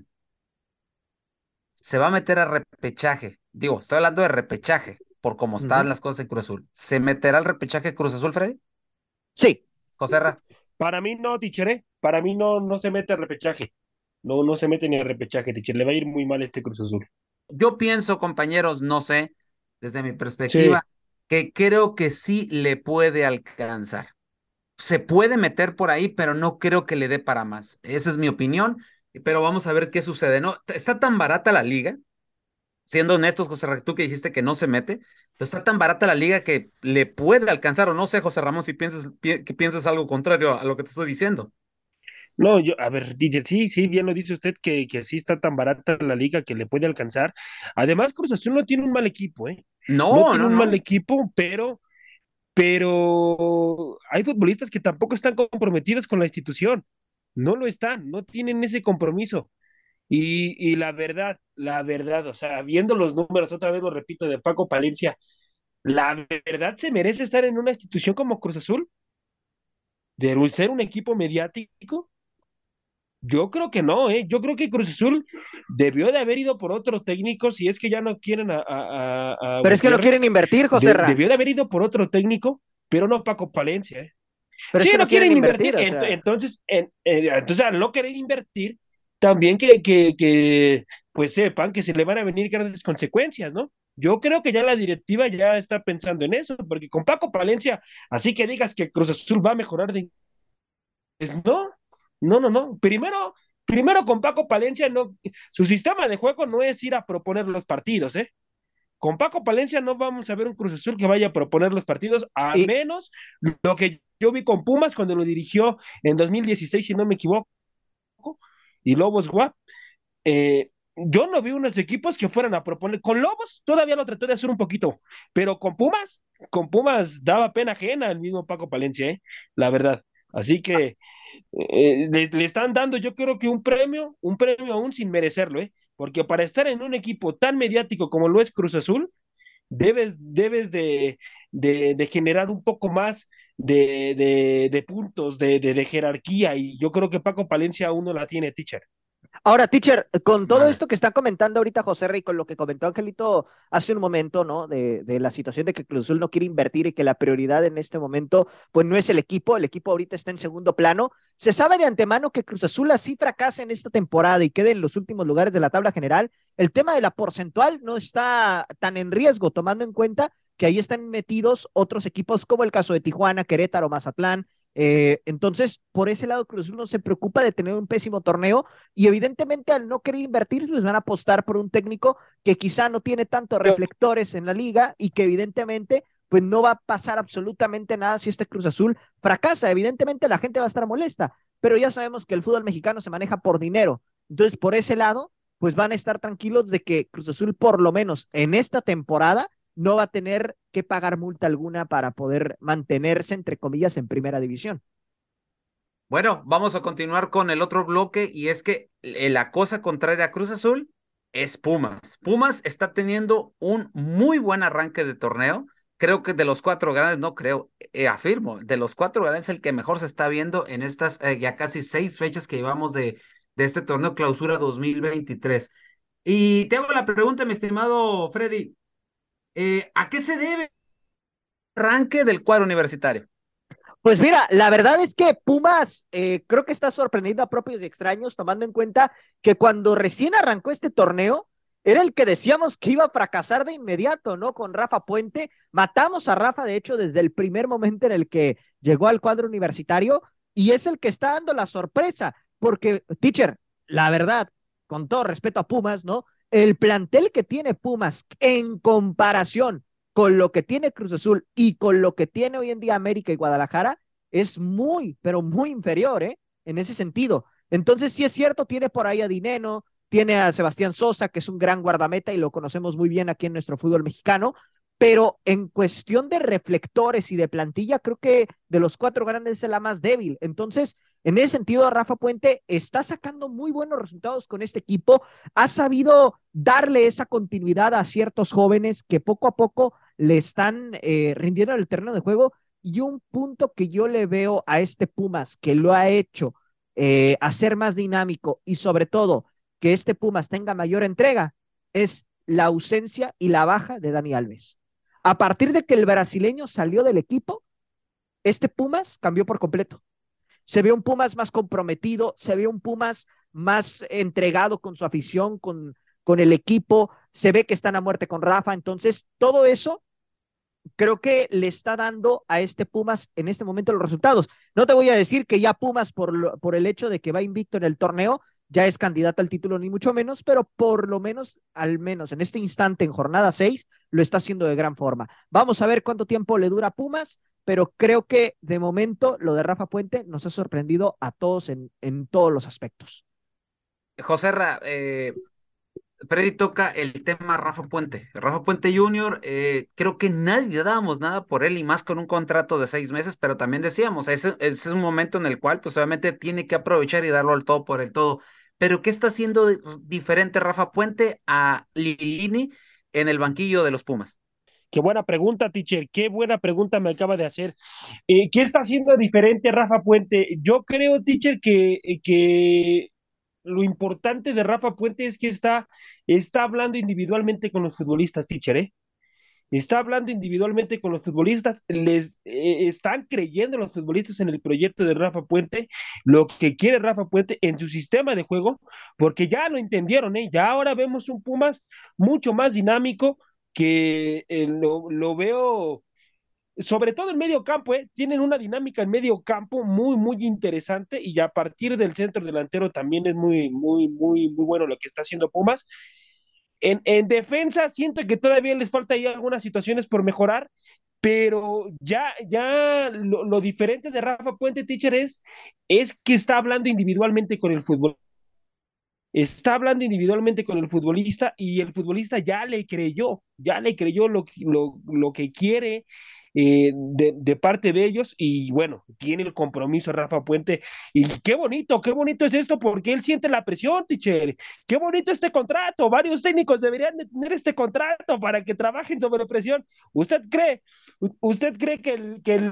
Se va a meter a repechaje. Digo, estoy hablando de repechaje, por cómo Uh -huh. están las cosas en Cruz Azul. ¿Se meterá al repechaje Cruz Azul, Freddy? Sí, José Ra. Para mí no, tichere. Para mí no se mete a repechaje. No se mete ni a repechaje, teacher. Le va a ir muy mal este Cruz Azul. Yo pienso, compañeros, no sé, desde mi Sí, perspectiva, que creo que sí le puede alcanzar. Se puede meter por ahí, pero no creo que le dé para más. Esa es mi opinión, pero vamos a ver qué sucede, ¿no? Está tan barata la liga, siendo honestos, José Ramón, tú que dijiste que no se mete, pero está tan barata la liga que le puede alcanzar, o no sé, José Ramón, si que piensas algo contrario a lo que te estoy diciendo. no, a ver, teacher, sí, bien lo dice usted que sí está tan barata la liga que le puede alcanzar. Además, Cruz Azul no tiene un mal equipo, ¿eh? No No, tiene no, un mal no. equipo, pero hay futbolistas que tampoco están comprometidos con la institución. No lo están, no tienen ese compromiso. Y la verdad, o sea, viendo los números, otra vez lo repito, de Paco Palencia, ¿la verdad se merece estar en una institución como Cruz Azul? ¿De ser un equipo mediático? Yo creo que no, ¿eh? Yo creo que Cruz Azul debió de haber ido por otro técnico, si es que ya no quieren a pero es que no quieren Gutiérrez, invertir, José Ra, debió de haber ido por otro técnico, pero no Paco Palencia, ¿eh? pero es Sí, que no no quieren quieren invertir, invertir, o sea, entonces al no querer invertir, también pues sepan que se le van a venir grandes consecuencias, ¿no? Yo creo que ya la directiva ya está pensando en eso, porque con Paco Palencia, así que digas que Cruz Azul va a mejorar pues no. Primero con Paco Palencia, no, su sistema de juego no es ir a proponer los partidos, ¿eh? Con Paco Palencia no vamos a ver un Cruz Azul que vaya a proponer los partidos, a y, menos lo que yo vi con Pumas cuando lo dirigió en 2016, si no me equivoco, y Lobos Guap. Yo no vi unos equipos que fueran a proponer. Con Lobos todavía lo trató de hacer un poquito, pero con Pumas daba pena ajena al mismo Paco Palencia, ¿eh? La verdad. Así que le están dando, yo creo que un premio aún sin merecerlo, ¿eh? Porque para estar en un equipo tan mediático como lo es Cruz Azul, debes de generar un poco más de puntos, de jerarquía, y yo creo que Paco Palencia aún no la tiene, teacher. Ahora, teacher, con todo Vale. esto que está comentando ahorita José Rey, con lo que comentó Angelito hace un momento, ¿no? De la situación de que Cruz Azul no quiere invertir y que la prioridad en este momento, pues no es el equipo ahorita está en segundo plano. Se sabe de antemano que Cruz Azul así fracasa en esta temporada y quede en los últimos lugares de la tabla general. El tema de la porcentual no está tan en riesgo, tomando en cuenta que ahí están metidos otros equipos como el caso de Tijuana, Querétaro, Mazatlán. Entonces, por ese lado, Cruz Azul no se preocupa de tener un pésimo torneo y evidentemente al no querer invertir, pues van a apostar por un técnico que quizá no tiene tantos reflectores en la liga y que evidentemente pues no va a pasar absolutamente nada si este Cruz Azul fracasa. Evidentemente la gente va a estar molesta, pero ya sabemos que el fútbol mexicano se maneja por dinero. Entonces, por ese lado, pues van a estar tranquilos de que Cruz Azul por lo menos en esta temporada no va a tener que pagar multa alguna para poder mantenerse, entre comillas, en primera división. Bueno, vamos a continuar con el otro bloque y es que la cosa contraria a Cruz Azul es Pumas. Pumas está teniendo un muy buen arranque de torneo. Creo que de los cuatro grandes, no creo, afirmo, de los cuatro grandes el que mejor se está viendo en estas ya casi 6 fechas que llevamos de este torneo Clausura 2023. Y te hago la pregunta, mi estimado Freddy, ¿a qué se debe el arranque del cuadro universitario? Pues mira, la verdad es que Pumas creo que está sorprendiendo a propios y extraños, tomando en cuenta que cuando recién arrancó este torneo, era el que decíamos que iba a fracasar de inmediato, ¿no? Con Rafa Puente. Matamos a Rafa, de hecho, desde el primer momento en el que llegó al cuadro universitario, y es el que está dando la sorpresa, porque, teacher, la verdad, con todo respeto a Pumas, ¿no? El plantel que tiene Pumas en comparación con lo que tiene Cruz Azul y con lo que tiene hoy en día América y Guadalajara, es muy, pero muy inferior, ¿eh? En ese sentido. Entonces, sí es cierto, tiene por ahí a Dineno, tiene a Sebastián Sosa, que es un gran guardameta y lo conocemos muy bien aquí en nuestro fútbol mexicano, pero en cuestión de reflectores y de plantilla, creo que de los cuatro grandes es la más débil. Entonces, en ese sentido, Rafa Puente está sacando muy buenos resultados con este equipo, ha sabido darle esa continuidad a ciertos jóvenes que poco a poco le están rindiendo en el terreno de juego. Y un punto que yo le veo a este Pumas que lo ha hecho hacer más dinámico y sobre todo que este Pumas tenga mayor entrega es la ausencia y la baja de Dani Alves. A partir de que el brasileño salió del equipo, este Pumas cambió por completo. Se ve un Pumas más comprometido, se ve un Pumas más entregado con su afición, con el equipo, se ve que están a muerte con Rafa, entonces todo eso creo que le está dando a este Pumas en este momento los resultados. No te voy a decir que ya Pumas, por el hecho de que va invicto en el torneo, ya es candidato al título, ni mucho menos, pero por lo menos, al menos en este instante, en jornada 6, lo está haciendo de gran forma. Vamos a ver cuánto tiempo le dura a Pumas, pero creo que de momento lo de Rafa Puente nos ha sorprendido a todos en todos los aspectos. José Freddy toca el tema Rafa Puente. Rafa Puente Jr., creo que nadie dábamos nada por él y más con un contrato de 6 meses, pero también decíamos, ese es un momento en el cual pues obviamente tiene que aprovechar y darlo al todo por el todo. Pero ¿qué está haciendo diferente Rafa Puente a Lilini en el banquillo de los Pumas? Qué buena pregunta, teacher. Qué buena pregunta me acaba de hacer. ¿Qué está haciendo diferente Rafa Puente? Yo creo, teacher, que lo importante de Rafa Puente es que está hablando individualmente con los futbolistas, teacher, ¿eh? Está hablando individualmente con los futbolistas, les están creyendo los futbolistas en el proyecto de Rafa Puente, lo que quiere Rafa Puente en su sistema de juego, porque ya lo entendieron, ¿eh? Ya ahora vemos un Pumas mucho más dinámico que lo veo, sobre todo en medio campo, ¿eh? Tienen una dinámica en medio campo muy, muy interesante y a partir del centro delantero también es muy, muy, muy, muy bueno lo que está haciendo Pumas. Defensa siento que todavía les falta ahí algunas situaciones por mejorar, pero ya lo diferente de Rafa Puente, teacher, es que está hablando individualmente con el fútbol. está hablando individualmente con el futbolista y el futbolista ya le creyó lo que quiere de parte de ellos y bueno, tiene el compromiso Rafa Puente y qué bonito es esto porque él siente la presión, teacher, qué bonito este contrato, varios técnicos deberían de tener este contrato para que trabajen sobre presión. ¿Usted cree que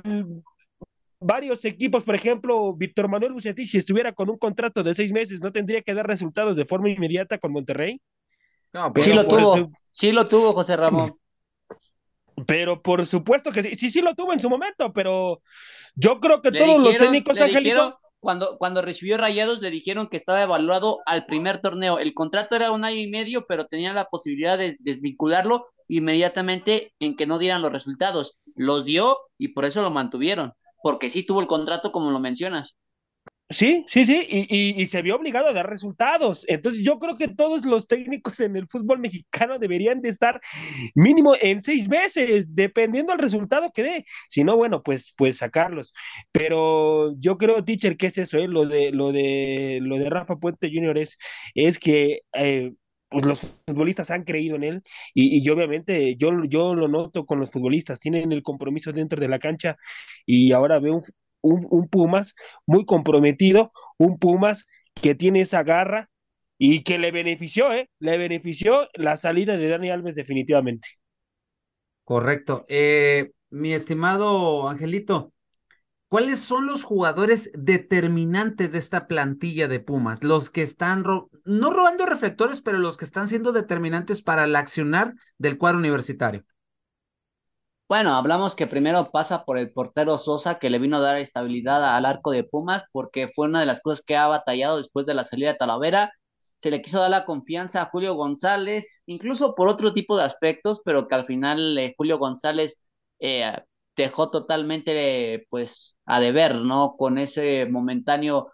varios equipos, por ejemplo, Víctor Manuel Bucetich, si estuviera con un contrato de 6 meses, no tendría que dar resultados de forma inmediata con Monterrey? No, por Pero por supuesto. su, Sí lo tuvo, José Ramón. pero por supuesto que sí, sí lo tuvo en su momento, pero yo creo que Le todos los dijeron, técnicos, le dijeron, Angelito, cuando recibió Rayados, le dijeron que estaba evaluado al primer torneo. El contrato era 1 año y medio, pero tenían la posibilidad de desvincularlo inmediatamente en que no dieran los resultados. Los dio y por eso lo mantuvieron, porque sí tuvo el contrato como lo mencionas. sí, sí, sí, y se vio obligado a dar resultados. Entonces yo creo que todos los técnicos en el fútbol mexicano deberían de estar mínimo en 6 meses, dependiendo del resultado que dé. Si no, bueno, pues sacarlos. Pero yo creo, teacher, que es eso, lo de Rafa Puente Jr. es que pues los futbolistas han creído en él y obviamente yo lo noto con los futbolistas, tienen el compromiso dentro de la cancha y ahora veo un Pumas muy comprometido, un Pumas que tiene esa garra y que le benefició la salida de Dani Alves definitivamente. Correcto. Mi estimado Angelito, ¿cuáles son los jugadores determinantes de esta plantilla de Pumas? Los que están, no robando reflectores, pero los que están siendo determinantes para el accionar del cuadro universitario. Bueno, hablamos que primero pasa por el portero Sosa, que le vino a dar estabilidad al arco de Pumas, porque fue una de las cosas que ha batallado después de la salida de Talavera. Se le quiso dar la confianza a Julio González, incluso por otro tipo de aspectos, pero que al final Julio González eh, dejó totalmente pues a deber, ¿no? Con ese momentáneo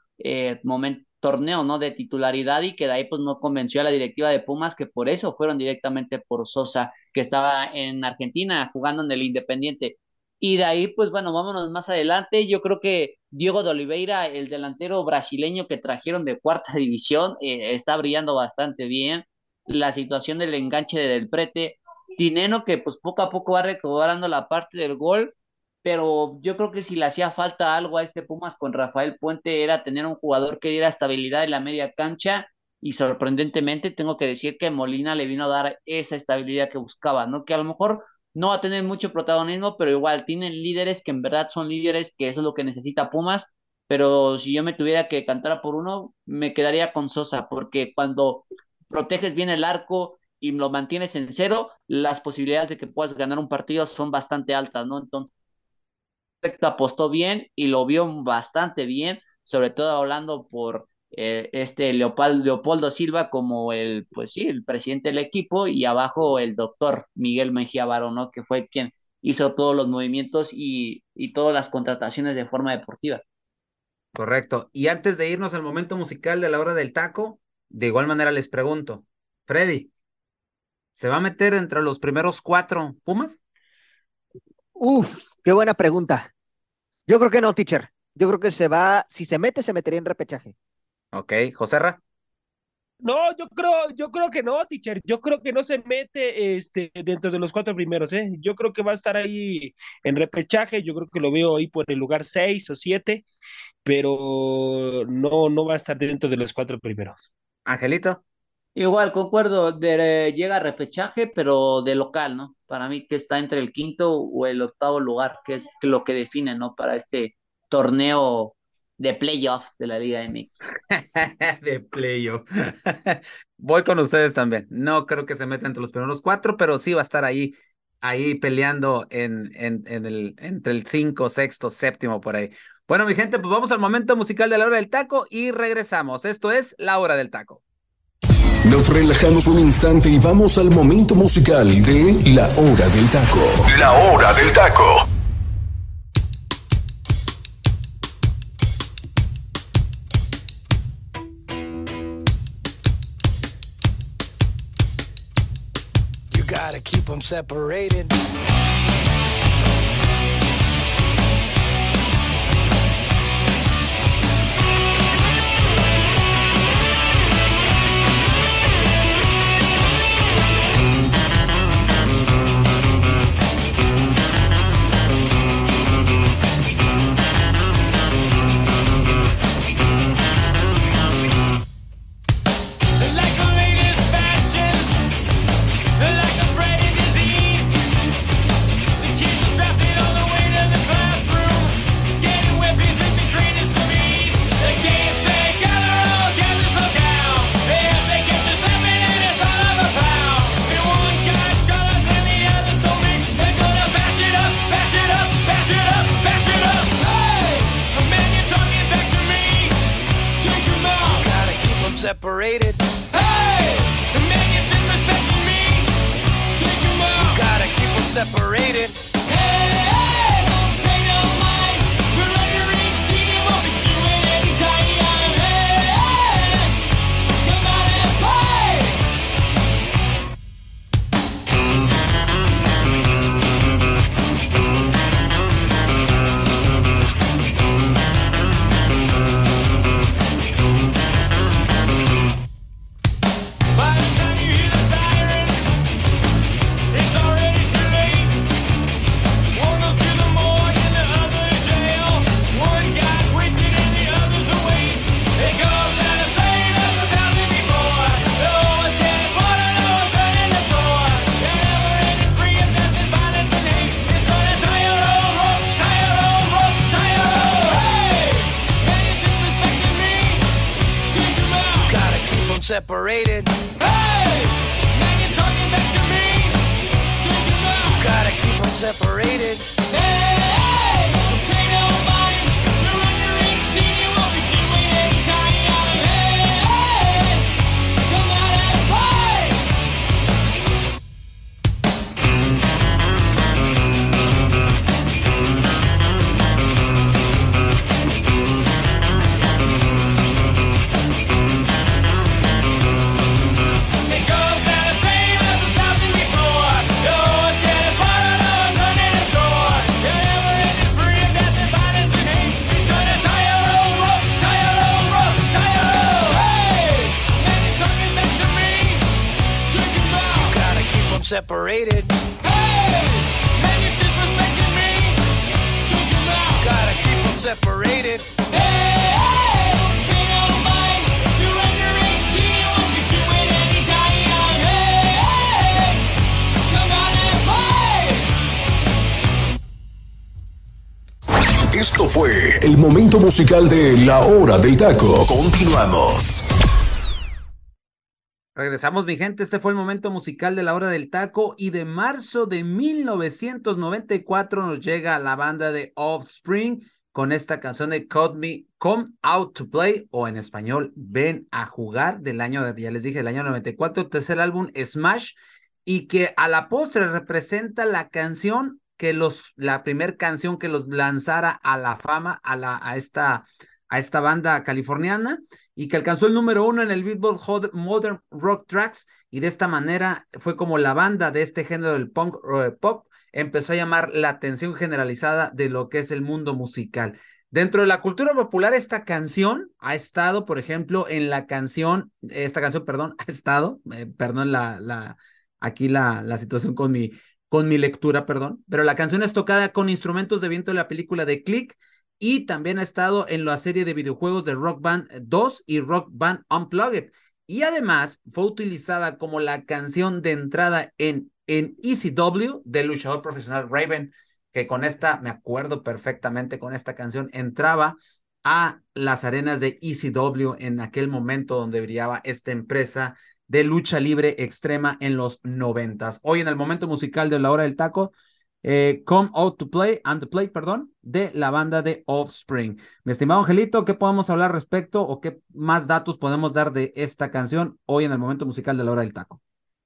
torneo, ¿no? De titularidad y que de ahí pues no convenció a la directiva de Pumas, que por eso fueron directamente por Sosa que estaba en Argentina jugando en el Independiente. Y de ahí, pues bueno, vámonos más adelante. Yo creo que Diego de Oliveira, el delantero brasileño que trajeron de cuarta división, está brillando bastante bien. La situación del enganche del Prete. Dineno que pues poco a poco va recobrando la parte del gol, pero yo creo que si le hacía falta algo a este Pumas con Rafael Puente era tener un jugador que diera estabilidad en la media cancha y sorprendentemente tengo que decir que Molina le vino a dar esa estabilidad que buscaba, ¿no? Que a lo mejor no va a tener mucho protagonismo, pero igual tienen líderes que en verdad son líderes, que eso es lo que necesita Pumas, pero si yo me tuviera que cantar por uno, me quedaría con Sosa, porque cuando proteges bien el arco y lo mantienes en cero, las posibilidades de que puedas ganar un partido son bastante altas, ¿no? Entonces, apostó bien y lo vio bastante bien, sobre todo hablando por Leopoldo Silva como el, pues sí, el presidente del equipo y abajo el doctor Miguel Mejía Barón, ¿no? Que fue quien hizo todos los movimientos y todas las contrataciones de forma deportiva. Correcto. Y antes de irnos al momento musical de la hora del taco, de igual manera les pregunto, Freddy, ¿se va a meter entre los primeros 4 Pumas? Uf, qué buena pregunta. Yo creo que no, teacher. Yo creo que se va, si se mete, se metería en repechaje. Ok, Joserra. No, yo creo que no, teacher. Yo creo que no se mete dentro de los 4 primeros, ¿eh? Yo creo que va a estar ahí en repechaje. Yo creo que lo veo ahí por el lugar 6 o 7, pero no va a estar dentro de los 4 primeros. Angelito. Igual, concuerdo, llega a repechaje, pero de local, ¿no? Para mí que está entre el quinto o el octavo lugar, que es lo que define, ¿no? Para este torneo de playoffs de la Liga MX. De playoff. Voy con ustedes también. No creo que se meta entre los primeros 4, pero sí va a estar ahí peleando entre el 5, sexto, séptimo por ahí. Bueno, mi gente, pues vamos al momento musical de la hora del taco y regresamos. Esto es La Hora del Taco. Nos relajamos un instante y vamos al momento musical de La Hora del Taco. La Hora del Taco. You gotta keep them separated. separated. Hey, man, you're disrespecting me. Take 'em out. You gotta keep 'em separated. Hey, don't pay no mind. We're under 18 and won't be doing any time. Hey, come out and play. By the time you hear the siren, it's already too late. One goes to the morgue and the other to jail. One guy's wasted and the other's a waste. It goes out the same as 1,000 before. No one's getting smarter, no one's running the score. The never-ending spree of death and violence and hate is gonna tie your own rope, tie your own rope, tie your own. Hey, man, you're disrespecting me. Take 'em out. Gotta keep 'em separated. Hey, man, you're talking back to me. Take 'em out. Gotta keep 'em separated. Hey, don't pay no mind. You're under 18, you won't be doing any time. Hey, come out and play. It goes out the same as 1,000 before. No one's getting smarter, no one's running the score. The never-ending spree of death and violence and hate is gonna tie your own rope, tie your own rope, tie your own. Hey, man, you're talking back to me. Take 'em out. You gotta keep 'em separated. Hey, man, you're disrespecting me. Take 'em out. Gotta keep 'em separated. Hey, don't pay no mind. You're under 18, you won't be doing any time. Hey, come out and play. Esto fue el momento musical de La Hora del Taco. Continuamos. Regresamos, mi gente. Este fue el momento musical de La Hora del Taco y de marzo de 1994 nos llega la banda de Offspring con esta canción de Come Out to Play, o en español, Ven a Jugar, del año, ya les dije, del año 94, tercer álbum Smash, y que a la postre representa la canción la primer canción que los lanzara a la fama a esta banda californiana, y que alcanzó el número 1 en el Billboard Modern Rock Tracks, y de esta manera fue como la banda de este género del punk pop empezó a llamar la atención generalizada de lo que es el mundo musical. Dentro de la cultura popular, esta canción ha estado, por ejemplo, perdón, ha estado, perdón aquí la situación con mi lectura, perdón, pero la canción es tocada con instrumentos de viento de la película de Click, y también ha estado en la serie de videojuegos de Rock Band 2 y Rock Band Unplugged, y además fue utilizada como la canción de entrada en ECW del luchador profesional Raven, que con esta, me acuerdo perfectamente, con esta canción entraba a las arenas de ECW en aquel momento donde brillaba esta empresa de lucha libre extrema en los 90s. Hoy en el momento musical de La Hora del Taco, Come Out to Play, perdón, de la banda de Offspring. Mi estimado Angelito, ¿qué podemos hablar respecto o qué más datos podemos dar de esta canción hoy en el momento musical de La Hora del Taco?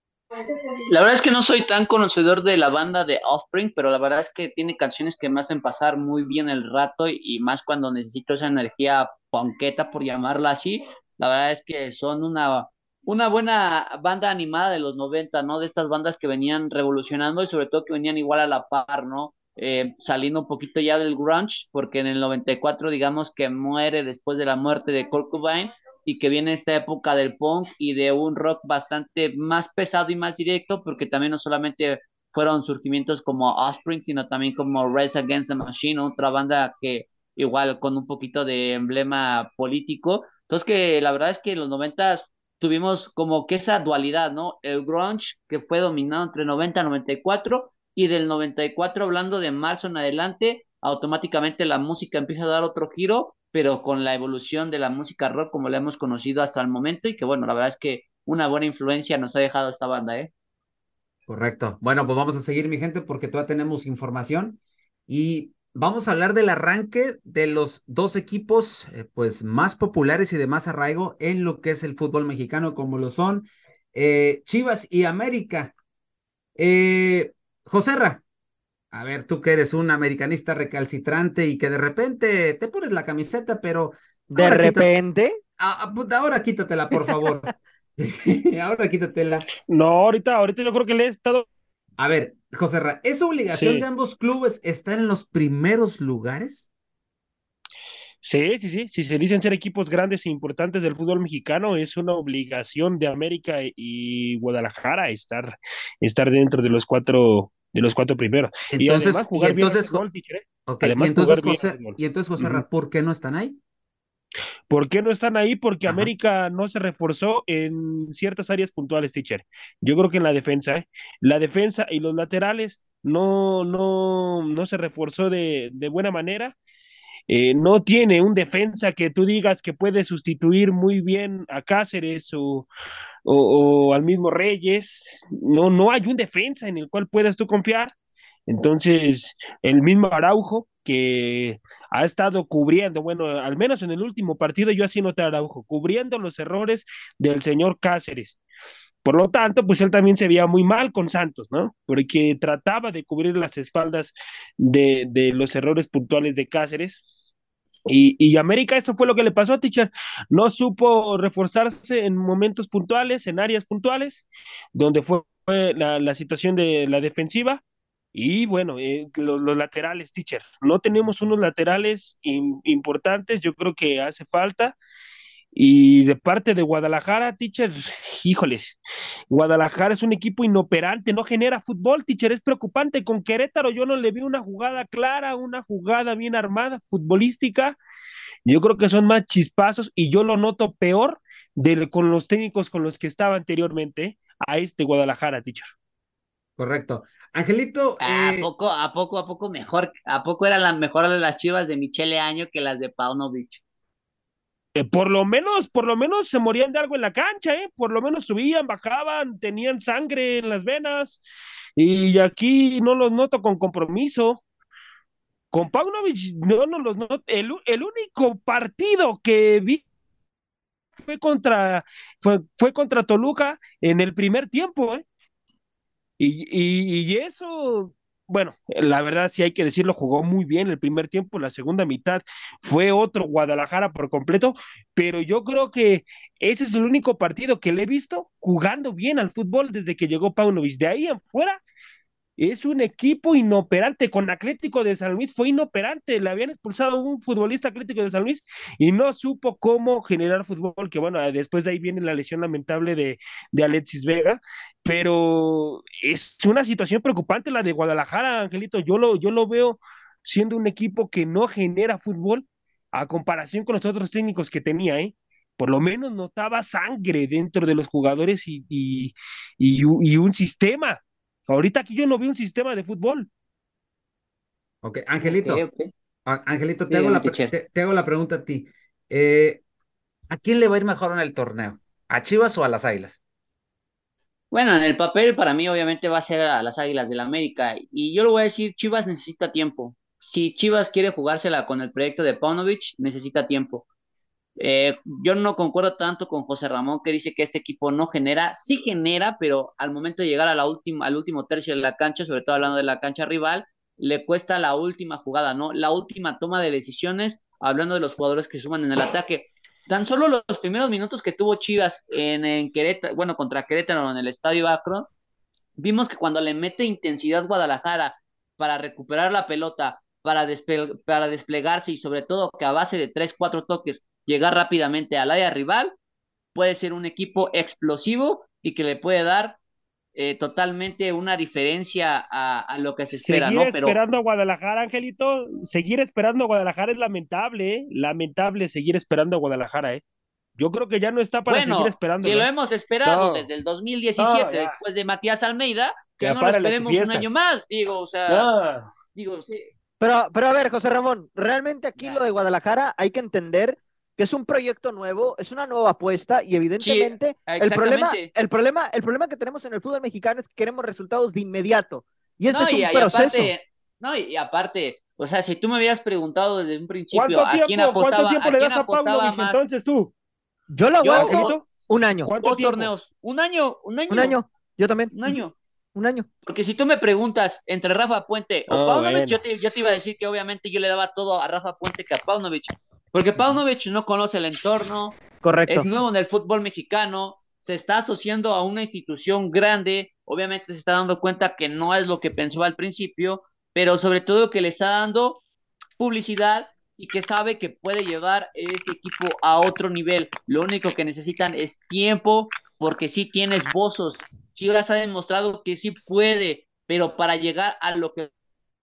La verdad es que no soy tan conocedor de la banda de Offspring, pero la verdad es que tiene canciones que me hacen pasar muy bien el rato y más cuando necesito esa energía ponqueta, por llamarla así. La verdad es que son una buena banda animada de los 90, ¿no? De estas bandas que venían revolucionando y sobre todo que venían igual a la par, ¿no? Saliendo un poquito ya del grunge, porque en el 94 digamos que muere después de la muerte de Kurt Cobain, y que viene esta época del punk y de un rock bastante más pesado y más directo, porque también no solamente fueron surgimientos como Offspring, sino también como Rise Against the Machine, otra banda que igual con un poquito de emblema político. Entonces que la verdad es que en los 90 tuvimos como que esa dualidad, ¿no? El grunge que fue dominado entre 90 y 94, y del 94 hablando de marzo en adelante, automáticamente la música empieza a dar otro giro, pero con la evolución de la música rock como la hemos conocido hasta el momento, y que bueno, la verdad es que una buena influencia nos ha dejado esta banda, ¿eh? Correcto. Bueno, pues vamos a seguir, mi gente, porque todavía tenemos información y Vamos a hablar del arranque de los dos equipos pues más populares y de más arraigo en lo que es el fútbol mexicano, como lo son Chivas y América. Joserra, a ver, tú que eres un americanista recalcitrante y que de repente te pones la camiseta, pero De ahora repente, ahora quítatela, por favor. Ahora quítatela. No, ahorita yo creo que le he estado. A ver, Joserra, ¿es obligación de Sí, ambos clubes estar en los primeros lugares? sí. Si se dicen ser equipos grandes e importantes del fútbol mexicano, es una obligación de América y Guadalajara estar dentro de los cuatro primeros. Y además Entonces, jugar bien al fútbol, teacher, ¿eh? ok, Además jugar bien al fútbol. y entonces, Ujú. Joserra, ¿por qué no están ahí? ¿Por qué no están ahí? Porque Ajá. América no se reforzó en ciertas áreas puntuales, teacher. Yo creo que en la defensa, ¿eh? La defensa y los laterales no se reforzó de buena manera. No tiene un defensa que tú digas que puede sustituir muy bien a Cáceres o al mismo Reyes. No hay un defensa en el cual puedas tú confiar. Entonces, el mismo Araujo que ha estado cubriendo, bueno, al menos en el último partido yo así noté a Araujo, cubriendo los errores del señor Cáceres. Por lo tanto, pues él también se veía muy mal con Santos, ¿no? Porque trataba de cubrir las espaldas de los errores puntuales de Cáceres. Y América, eso fue lo que le pasó a Teacher. No supo reforzarse en momentos puntuales, en áreas puntuales, donde fue la situación de la defensiva. Y bueno, los laterales, Teacher. No tenemos unos laterales importantes, yo creo que hace falta. Y de parte de Guadalajara, teacher, híjoles, Guadalajara es un equipo inoperante, no genera fútbol, teacher, es preocupante. Con Querétaro yo no le vi una jugada clara, una jugada bien armada, futbolística. Yo creo que son más chispazos y yo lo noto peor con los técnicos con los que estaba anteriormente a este Guadalajara, teacher. Correcto. Angelito, ¿A poco mejor? ¿A poco eran las mejores las Chivas de Michele Año que las de Paunovic? Por lo menos se morían de algo en la cancha, ¿eh? Por lo menos subían, bajaban, tenían sangre en las venas. Y aquí no los noto con compromiso. Con Paunovic no los noto. El único partido que vi fue contra Toluca en el primer tiempo, ¿eh? Y eso, bueno, la verdad sí hay que decirlo, jugó muy bien el primer tiempo, la segunda mitad fue otro Guadalajara por completo, pero yo creo que ese es el único partido que le he visto jugando bien al fútbol desde que llegó Paunovic. De ahí en fuera es un equipo inoperante. Con Atlético de San Luis fue inoperante. Le habían expulsado a un futbolista Atlético de San Luis y no supo cómo generar fútbol. Que bueno, después de ahí viene la lesión lamentable de Alexis Vega. Pero es una situación preocupante la de Guadalajara, Angelito. Yo lo veo siendo un equipo que no genera fútbol a comparación con los otros técnicos que tenía, ¿eh? Por lo menos notaba sangre dentro de los jugadores y un sistema. Ahorita aquí yo no veo un sistema de fútbol. ok, Ok, Angelito, ok. Angelito, Dígame, teacher. te hago la pregunta a ti. ¿A quién le va a ir mejor en el torneo? ¿A Chivas o a las Águilas? Bueno, en el papel para mí obviamente va a ser a las Águilas del América y yo lo voy a decir, Chivas necesita tiempo. Si Chivas quiere jugársela con el proyecto de Paunovic, necesita tiempo. Yo no concuerdo tanto con José Ramón que dice que este equipo no genera, sí genera, pero al momento de llegar a al último tercio de la cancha, sobre todo hablando de la cancha rival, le cuesta la última jugada, ¿no? La última toma de decisiones, hablando de los jugadores que suman en el ataque. Tan solo los primeros minutos que tuvo Chivas en Querétaro, bueno, contra Querétaro en el Estadio Akron, vimos que cuando le mete intensidad Guadalajara para recuperar la pelota, para desplegarse y sobre todo que a base de 3 4 toques llegar rápidamente al área rival, puede ser un equipo explosivo y que le puede dar totalmente una diferencia a lo que se espera, Seguir ¿no? Pero esperando a Guadalajara, Angelito, seguir esperando a Guadalajara es lamentable, ¿eh? Lamentable seguir esperando a Guadalajara, ¿eh? Yo creo que ya no está para seguir bueno, si lo esperándolo, ¿eh? hemos esperado No, desde el no, 2017, ya, después de Matías Almeida, que ya no lo párale a tu esperemos un fiesta. año más, digo, o sea, No, digo, sí, pero a ver, José Ramón, realmente aquí lo ya. de Guadalajara hay que entender que es un proyecto nuevo, es una nueva apuesta y Sí, evidentemente exactamente. el problema que tenemos en el fútbol mexicano es que queremos resultados de inmediato y este No, es un y proceso. aparte, no, y aparte, O sea, si tú me habías preguntado desde un principio ¿Cuánto tiempo, cuánto tiempo a le quién das a apostaba Paunovic más, entonces tú? Yo lo yo aguanto ¿Angelito? un año, ¿Cuánto dos tiempo? torneos, un año, yo también, un año. un año. Porque si tú me preguntas entre Rafa Puente o Ah, Paunovic, bueno. yo te iba a decir que obviamente yo le daba todo a Rafa Puente que a Paunovic. Porque Paunovic no conoce el entorno, es Correcto. nuevo en el fútbol mexicano, se está asociando a una institución grande, obviamente se está dando cuenta que no es lo que pensó al principio, pero sobre todo que le está dando publicidad y que sabe que puede llevar este equipo a otro nivel. Lo único que necesitan es tiempo, porque sí tiene esbozos. Chivas ha demostrado que sí puede, pero para llegar a lo que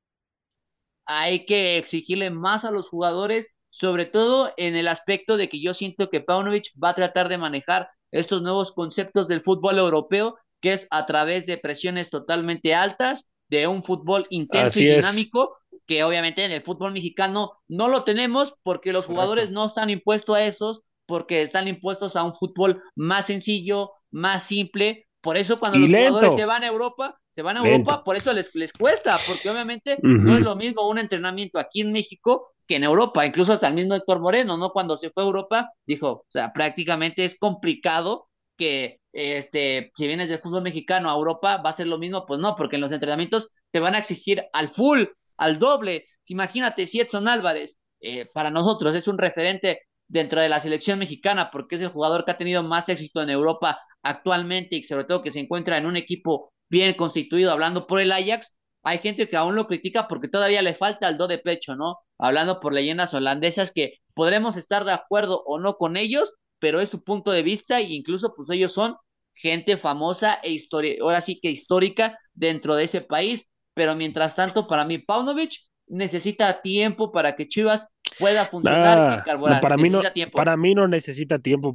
hay que exigirle más a los jugadores, sobre todo en el aspecto de que yo siento que Paunovic va a tratar de manejar estos nuevos conceptos del fútbol europeo, que es a través de presiones totalmente altas, de un fútbol intenso y Así es. dinámico, que obviamente en el fútbol mexicano no lo tenemos porque los jugadores Correcto. no están impuestos a esos, porque están impuestos a un fútbol más sencillo, más simple. Por eso cuando Y los jugadores lento, se van a lento. Europa, por eso les cuesta, porque obviamente no es Ujú. lo mismo un entrenamiento aquí en México que en Europa, incluso hasta el mismo Héctor Moreno, ¿no? Cuando se fue a Europa, dijo, o sea, prácticamente es complicado que si vienes del fútbol mexicano a Europa va a ser lo mismo, pues no, porque en los entrenamientos te van a exigir al full, al doble. Imagínate si Edson Álvarez, para nosotros es un referente dentro de la selección mexicana, porque es el jugador que ha tenido más éxito en Europa actualmente y sobre todo que se encuentra en un equipo bien constituido, hablando por el Ajax, hay gente que aún lo critica porque todavía le falta el do de pecho, ¿no? Hablando por leyendas holandesas que podremos estar de acuerdo o no con ellos, pero es su punto de vista e incluso pues ellos son gente famosa e ahora sí que histórica dentro de ese país, pero mientras tanto para mí Paunovic necesita tiempo para que Chivas pueda funcionar y No, carburar, necesita tiempo. para mí no necesita tiempo.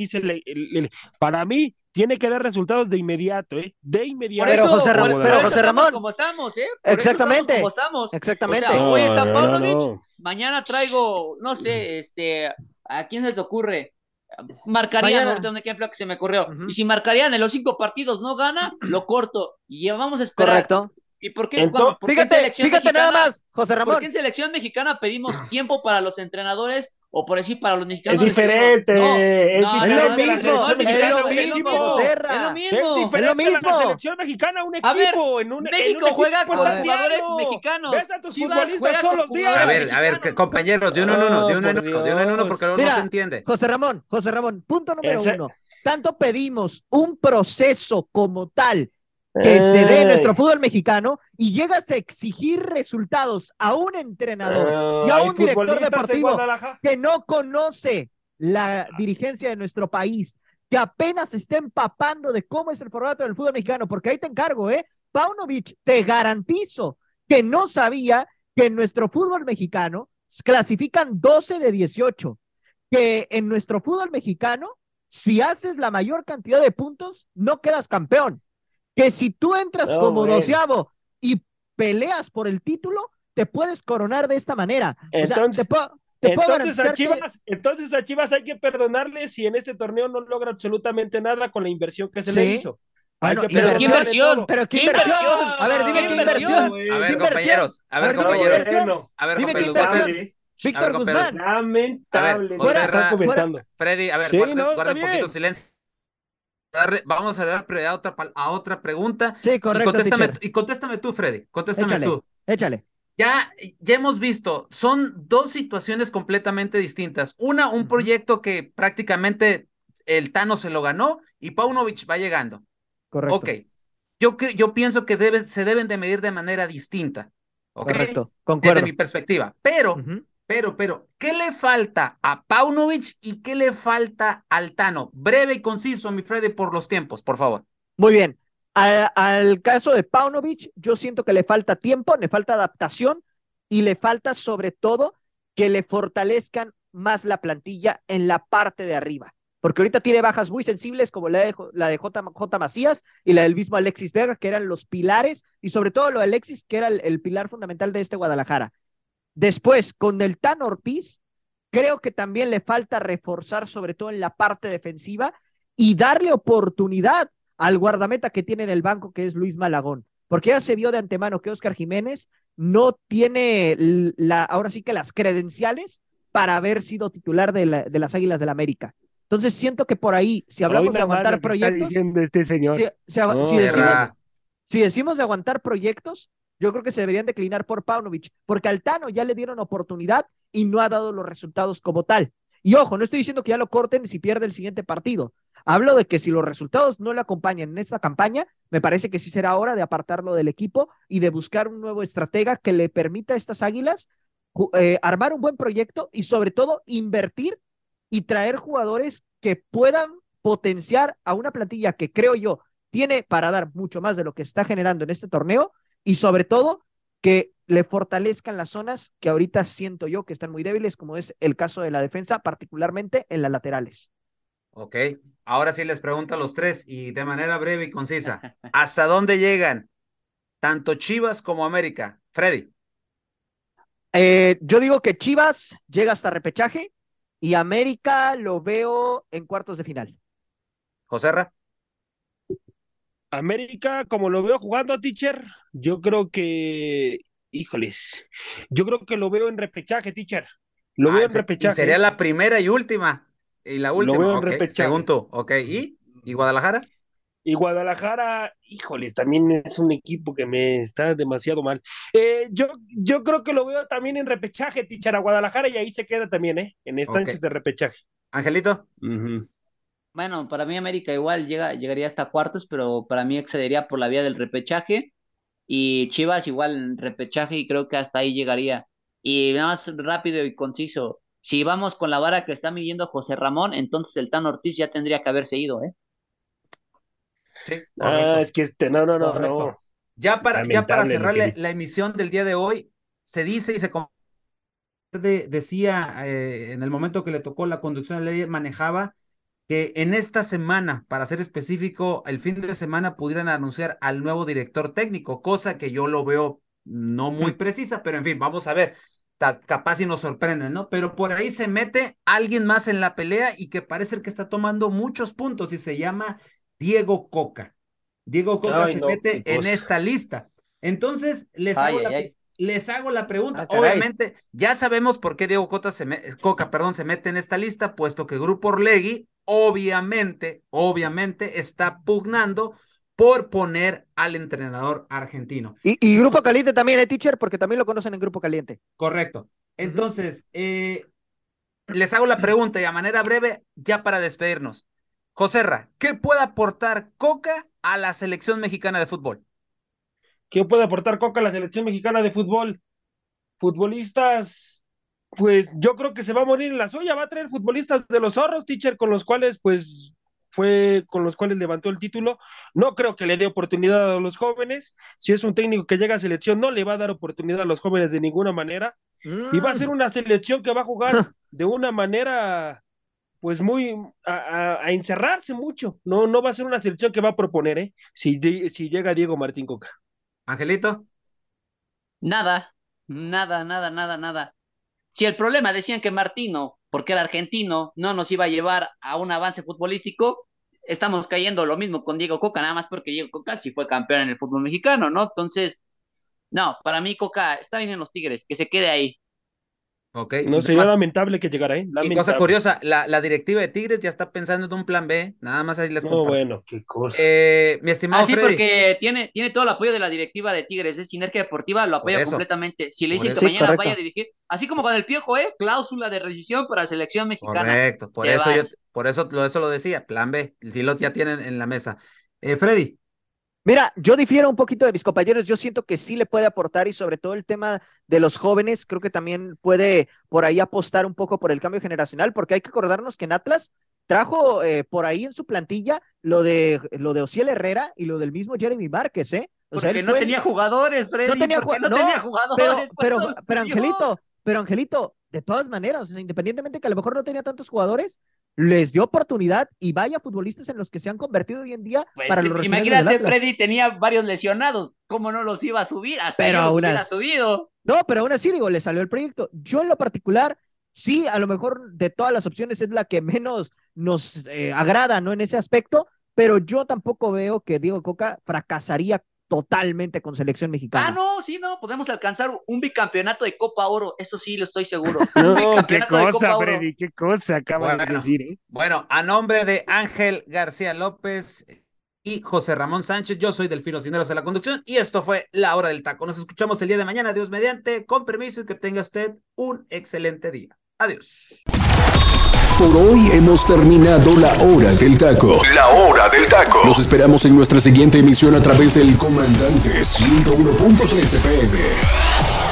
Para mí tiene que dar resultados de inmediato, ¿eh? De inmediato. Como debe Pero de Eso José ser. estamos Ramón, como estamos, ¿eh? Por eso estamos como exactamente, estamos. O sea, exactamente. hoy No, está no, no, Paunovic, no. mañana traigo, no sé, ¿a quién se te ocurre? Marcarían, ahorita Mañana. un ejemplo que se me ocurrió. Y Ujú. si Marcarían en los 5 partidos no gana, lo corto. Y ya vamos a esperar. Correcto. ¿Y por qué, Entonces, por qué en Fíjate, selección fíjate nada mexicana, más, José por qué Ramón. en selección mexicana pedimos tiempo para los entrenadores o por decir para los es mexicanos les pedimos, no, diferente, es no, Es no, lo no, diferente la mismo, no es selección es lo mexicana, diferente, un es lo mismo, mismo, equipo. es lo Joserra. Es mismo. Es lo diferente la mismo. selección mexicana, un A ver, equipo. En un México juega equipo A con estás ver, jugadores diario. mexicanos. Ves a tus Chivas futbolistas juega todos con los jugadores días. mexicanos. Compañeros, Oh, de por uno en uno, porque luego no se mira, entiende. José Ramón, punto número Ese, uno. Tanto pedimos un proceso como tal que se dé en nuestro ay, fútbol mexicano y llegas a exigir resultados a un entrenador y a hay un director futbolistas en deportivo Guadalajara. que no conoce la dirigencia de nuestro país, que apenas se está empapando de cómo es el formato del fútbol mexicano, porque ahí te encargo, ¿eh? Paunovic, te garantizo que no sabía que en nuestro fútbol mexicano clasifican 12 de 18, que en nuestro fútbol mexicano, si haces la mayor cantidad de puntos, no quedas campeón, que si tú entras No, como bueno. doceavo y peleas por el título, te puedes coronar de esta manera. O sea, Entonces, te puedo garantizar que entonces a Chivas hay que perdonarle si en este torneo no logra absolutamente nada con la inversión que se le sí. hizo. Hay Bueno, que Pero qué inversión, perdonarle inversión, todo. pero ¿qué qué inversión? inversión, A ver, dime qué qué inversión. inversión. A ¿Qué ver, inversión? compañeros, A ver, dime qué Bueno, inversión. Dime qué ustedes, inversión. lamentable, a ver, Víctor compañeros, Guzmán, a ver, lamentable lo que José fuera, están Ra, fuera. comentando. Freddy, a ver, Sí, no, está guarden un poquito de bien. silencio. Vamos a dar prioridad a otra pregunta Sí, y correcto, teacher. contéstame tú, Freddy, contéstame Échale, tú. échale. Ya hemos visto, son dos situaciones completamente distintas. Una, un Ujú. proyecto que prácticamente el Tano se lo ganó y Paunovic va llegando. Ok, Correcto, yo pienso que se deben de medir de manera distinta, ¿ok? correcto, Desde mi concuerdo. perspectiva. Ujú. ¿Qué le falta a Paunovic y qué le falta al Tano? Breve y conciso, mi Freddy, por los tiempos, por favor. Muy bien. Al caso de Paunovic, yo siento que le falta tiempo, le falta adaptación y le falta sobre todo que le fortalezcan más la plantilla en la parte de arriba. Porque ahorita tiene bajas muy sensibles como la de J. Macías y la del mismo Alexis Vega, que eran los pilares, y sobre todo lo de Alexis, que era el pilar fundamental de este Guadalajara. Después, con el Tan Ortiz, creo que también le falta reforzar, sobre todo en la parte defensiva, y darle oportunidad al guardameta que tiene en el banco, que es Luis Malagón. porque ya se vio de antemano que Oscar Jiménez no tiene ahora sí que las credenciales para haber sido titular de las Águilas del la América. Entonces siento que por ahí, si Hoy hablamos de nada más aguantar lo que está proyectos, diciendo este señor. si decimos, Sierra. si decimos de aguantar proyectos, yo creo que se deberían declinar por Paunovic, porque al Tano ya le dieron oportunidad y no ha dado los resultados como tal. Y ojo, no estoy diciendo que ya lo corten si pierde el siguiente partido. Hablo de que si los resultados no le acompañan en esta campaña, me parece que sí será hora de apartarlo del equipo y de buscar un nuevo estratega que le permita a estas Águilas armar un buen proyecto y sobre todo invertir y traer jugadores que puedan potenciar a una plantilla que creo yo tiene para dar mucho más de lo que está generando en este torneo y sobre todo que le fortalezcan las zonas que ahorita siento yo que están muy débiles, como es el caso de la defensa, particularmente en las laterales. Ok, ahora sí les pregunto a los tres y de manera breve y concisa, ¿hasta dónde llegan tanto Chivas como América? Freddy. Yo digo que Chivas llega hasta repechaje y América lo veo en cuartos de final. Joserra. América, como lo veo jugando, teacher, yo creo que, híjoles, yo creo que lo veo en repechaje, teacher. Lo veo en Y sería repechaje. la primera y última. Y la Lo veo última, en ok, según repechaje. tú, ok. ¿Y Guadalajara? Y Guadalajara, híjoles, también es un equipo que me está demasiado mal. Yo creo que lo veo también en repechaje, teacher, a Guadalajara y ahí se queda también, ¿eh? En Ok. estancias de repechaje. Angelito. Ujú. Bueno, para mí América igual llegaría hasta cuartos, pero para mí excedería por la vía del repechaje. Y Chivas igual en repechaje y creo que hasta ahí llegaría. Y nada más rápido y conciso, si vamos con la vara que está midiendo José Ramón, entonces el Tan Ortiz ya tendría que haberse ido, ¿eh? Sí, Ah, correcto, es que no. correcto. Ya para Lamentable lo cerrar que la, dice. la emisión del día de hoy, se dice y se decía en el momento que le tocó la conducción de ley, manejaba que en esta semana, para ser específico, el fin de semana pudieran anunciar al nuevo director técnico, cosa que yo lo veo no muy precisa, pero en fin, vamos a ver, capaz si nos sorprenden, ¿no? Pero por ahí se mete alguien más en la pelea y que parece que está tomando muchos puntos y se llama Diego Coca. Diego Coca Ay, se no, qué mete en cosa. esta lista. Entonces, Ay, ay, ay. les hago la pregunta. Ah, caray. Obviamente, ya sabemos por qué Diego Coca, perdón, se mete en esta lista, puesto que Grupo Orlegui, obviamente, está pugnando por poner al entrenador argentino. Y Grupo Caliente también, teacher, porque también lo conocen en Grupo Caliente. Correcto. Uh -huh. Entonces, les hago la pregunta y a manera breve, ya para despedirnos. Joserra, ¿qué puede aportar Coca a la selección mexicana de fútbol? ¿Qué puede aportar Coca a la selección mexicana de fútbol? Futbolistas, pues yo creo que se va a morir en la suya, va a traer futbolistas de los zorros, teacher, con los cuales con los cuales levantó el título. No creo que le dé oportunidad a los jóvenes. Si es un técnico que llega a selección, no le va a dar oportunidad a los jóvenes de ninguna manera. Y va a ser una selección que va a jugar de una manera, pues muy, a encerrarse mucho. No va a ser una selección que va a proponer, ¿eh? Si llega Diego Martín Coca. Angelito. Nada, nada. Si el problema decían que Martino, porque era argentino, no nos iba a llevar a un avance futbolístico, estamos cayendo lo mismo con Diego Coca, nada más porque Diego Coca sí fue campeón en el fútbol mexicano, ¿no? Entonces, no, para mí Coca está bien en los Tigres, que se quede ahí. Ok, No, sería lamentable que llegara, ¿eh? y cosa Lamentable. curiosa, la directiva de Tigres ya está pensando en un plan B, nada más ahí les No, comparto. bueno, qué cosa. Mi Ah, estimado sí, Freddy, porque tiene todo el apoyo de la directiva de Tigres, es Sinergia Deportiva, lo por apoya eso, completamente. Si le por dicen que eso, Sí, mañana vaya a correcto. dirigir, así como con el Piojo, cláusula de rescisión para selección mexicana, correcto, te vas. por eso lo decía, plan B, si lo ya tienen en la mesa. Freddy, Mira, yo difiero un poquito de mis compañeros, yo siento que sí le puede aportar y sobre todo el tema de los jóvenes, creo que también puede por ahí apostar un poco por el cambio generacional, porque hay que acordarnos que en Atlas trajo por ahí en su plantilla lo de Ociel Herrera y lo del mismo Jeremy Márquez, ¿eh? O sea, él Porque no fue, tenía jugadores, no Freddy, tenía porque no tenía no, pero, jugadores, por pero, eso lo pero subió. Angelito, de todas maneras, o sea, independientemente que a lo mejor no tenía tantos jugadores, les dio oportunidad y vaya futbolistas en los que se han convertido hoy en día Pues para los reflectores del imagínate, Atlas. Freddy tenía varios lesionados, ¿cómo no los iba a subir? Hasta Pero yo los aún hubiera así, subido. no, pero aún así, digo, le salió el proyecto. Yo en lo particular, sí, a lo mejor de todas las opciones es la que menos nos agrada, ¿no? En ese aspecto, pero yo tampoco veo que Diego Coca fracasaría totalmente con selección mexicana. No, sí, no, podemos alcanzar un bicampeonato de Copa Oro, eso sí, lo estoy seguro. No, Un qué bicampeonato de Copa cosa, Oro. Freddy, qué cosa acaba de decir, ¿eh? Bueno, a nombre de Ángel García López y José Ramón Sánchez, yo soy Delfino Cisneros en la conducción y esto fue La Hora del Taco. Nos escuchamos el día de mañana, Dios mediante, con permiso y que tenga usted un excelente día. Adiós. Por hoy hemos terminado La Hora del Taco. La Hora del Taco. Los esperamos en nuestra siguiente emisión a través del Comandante 101.3 FM.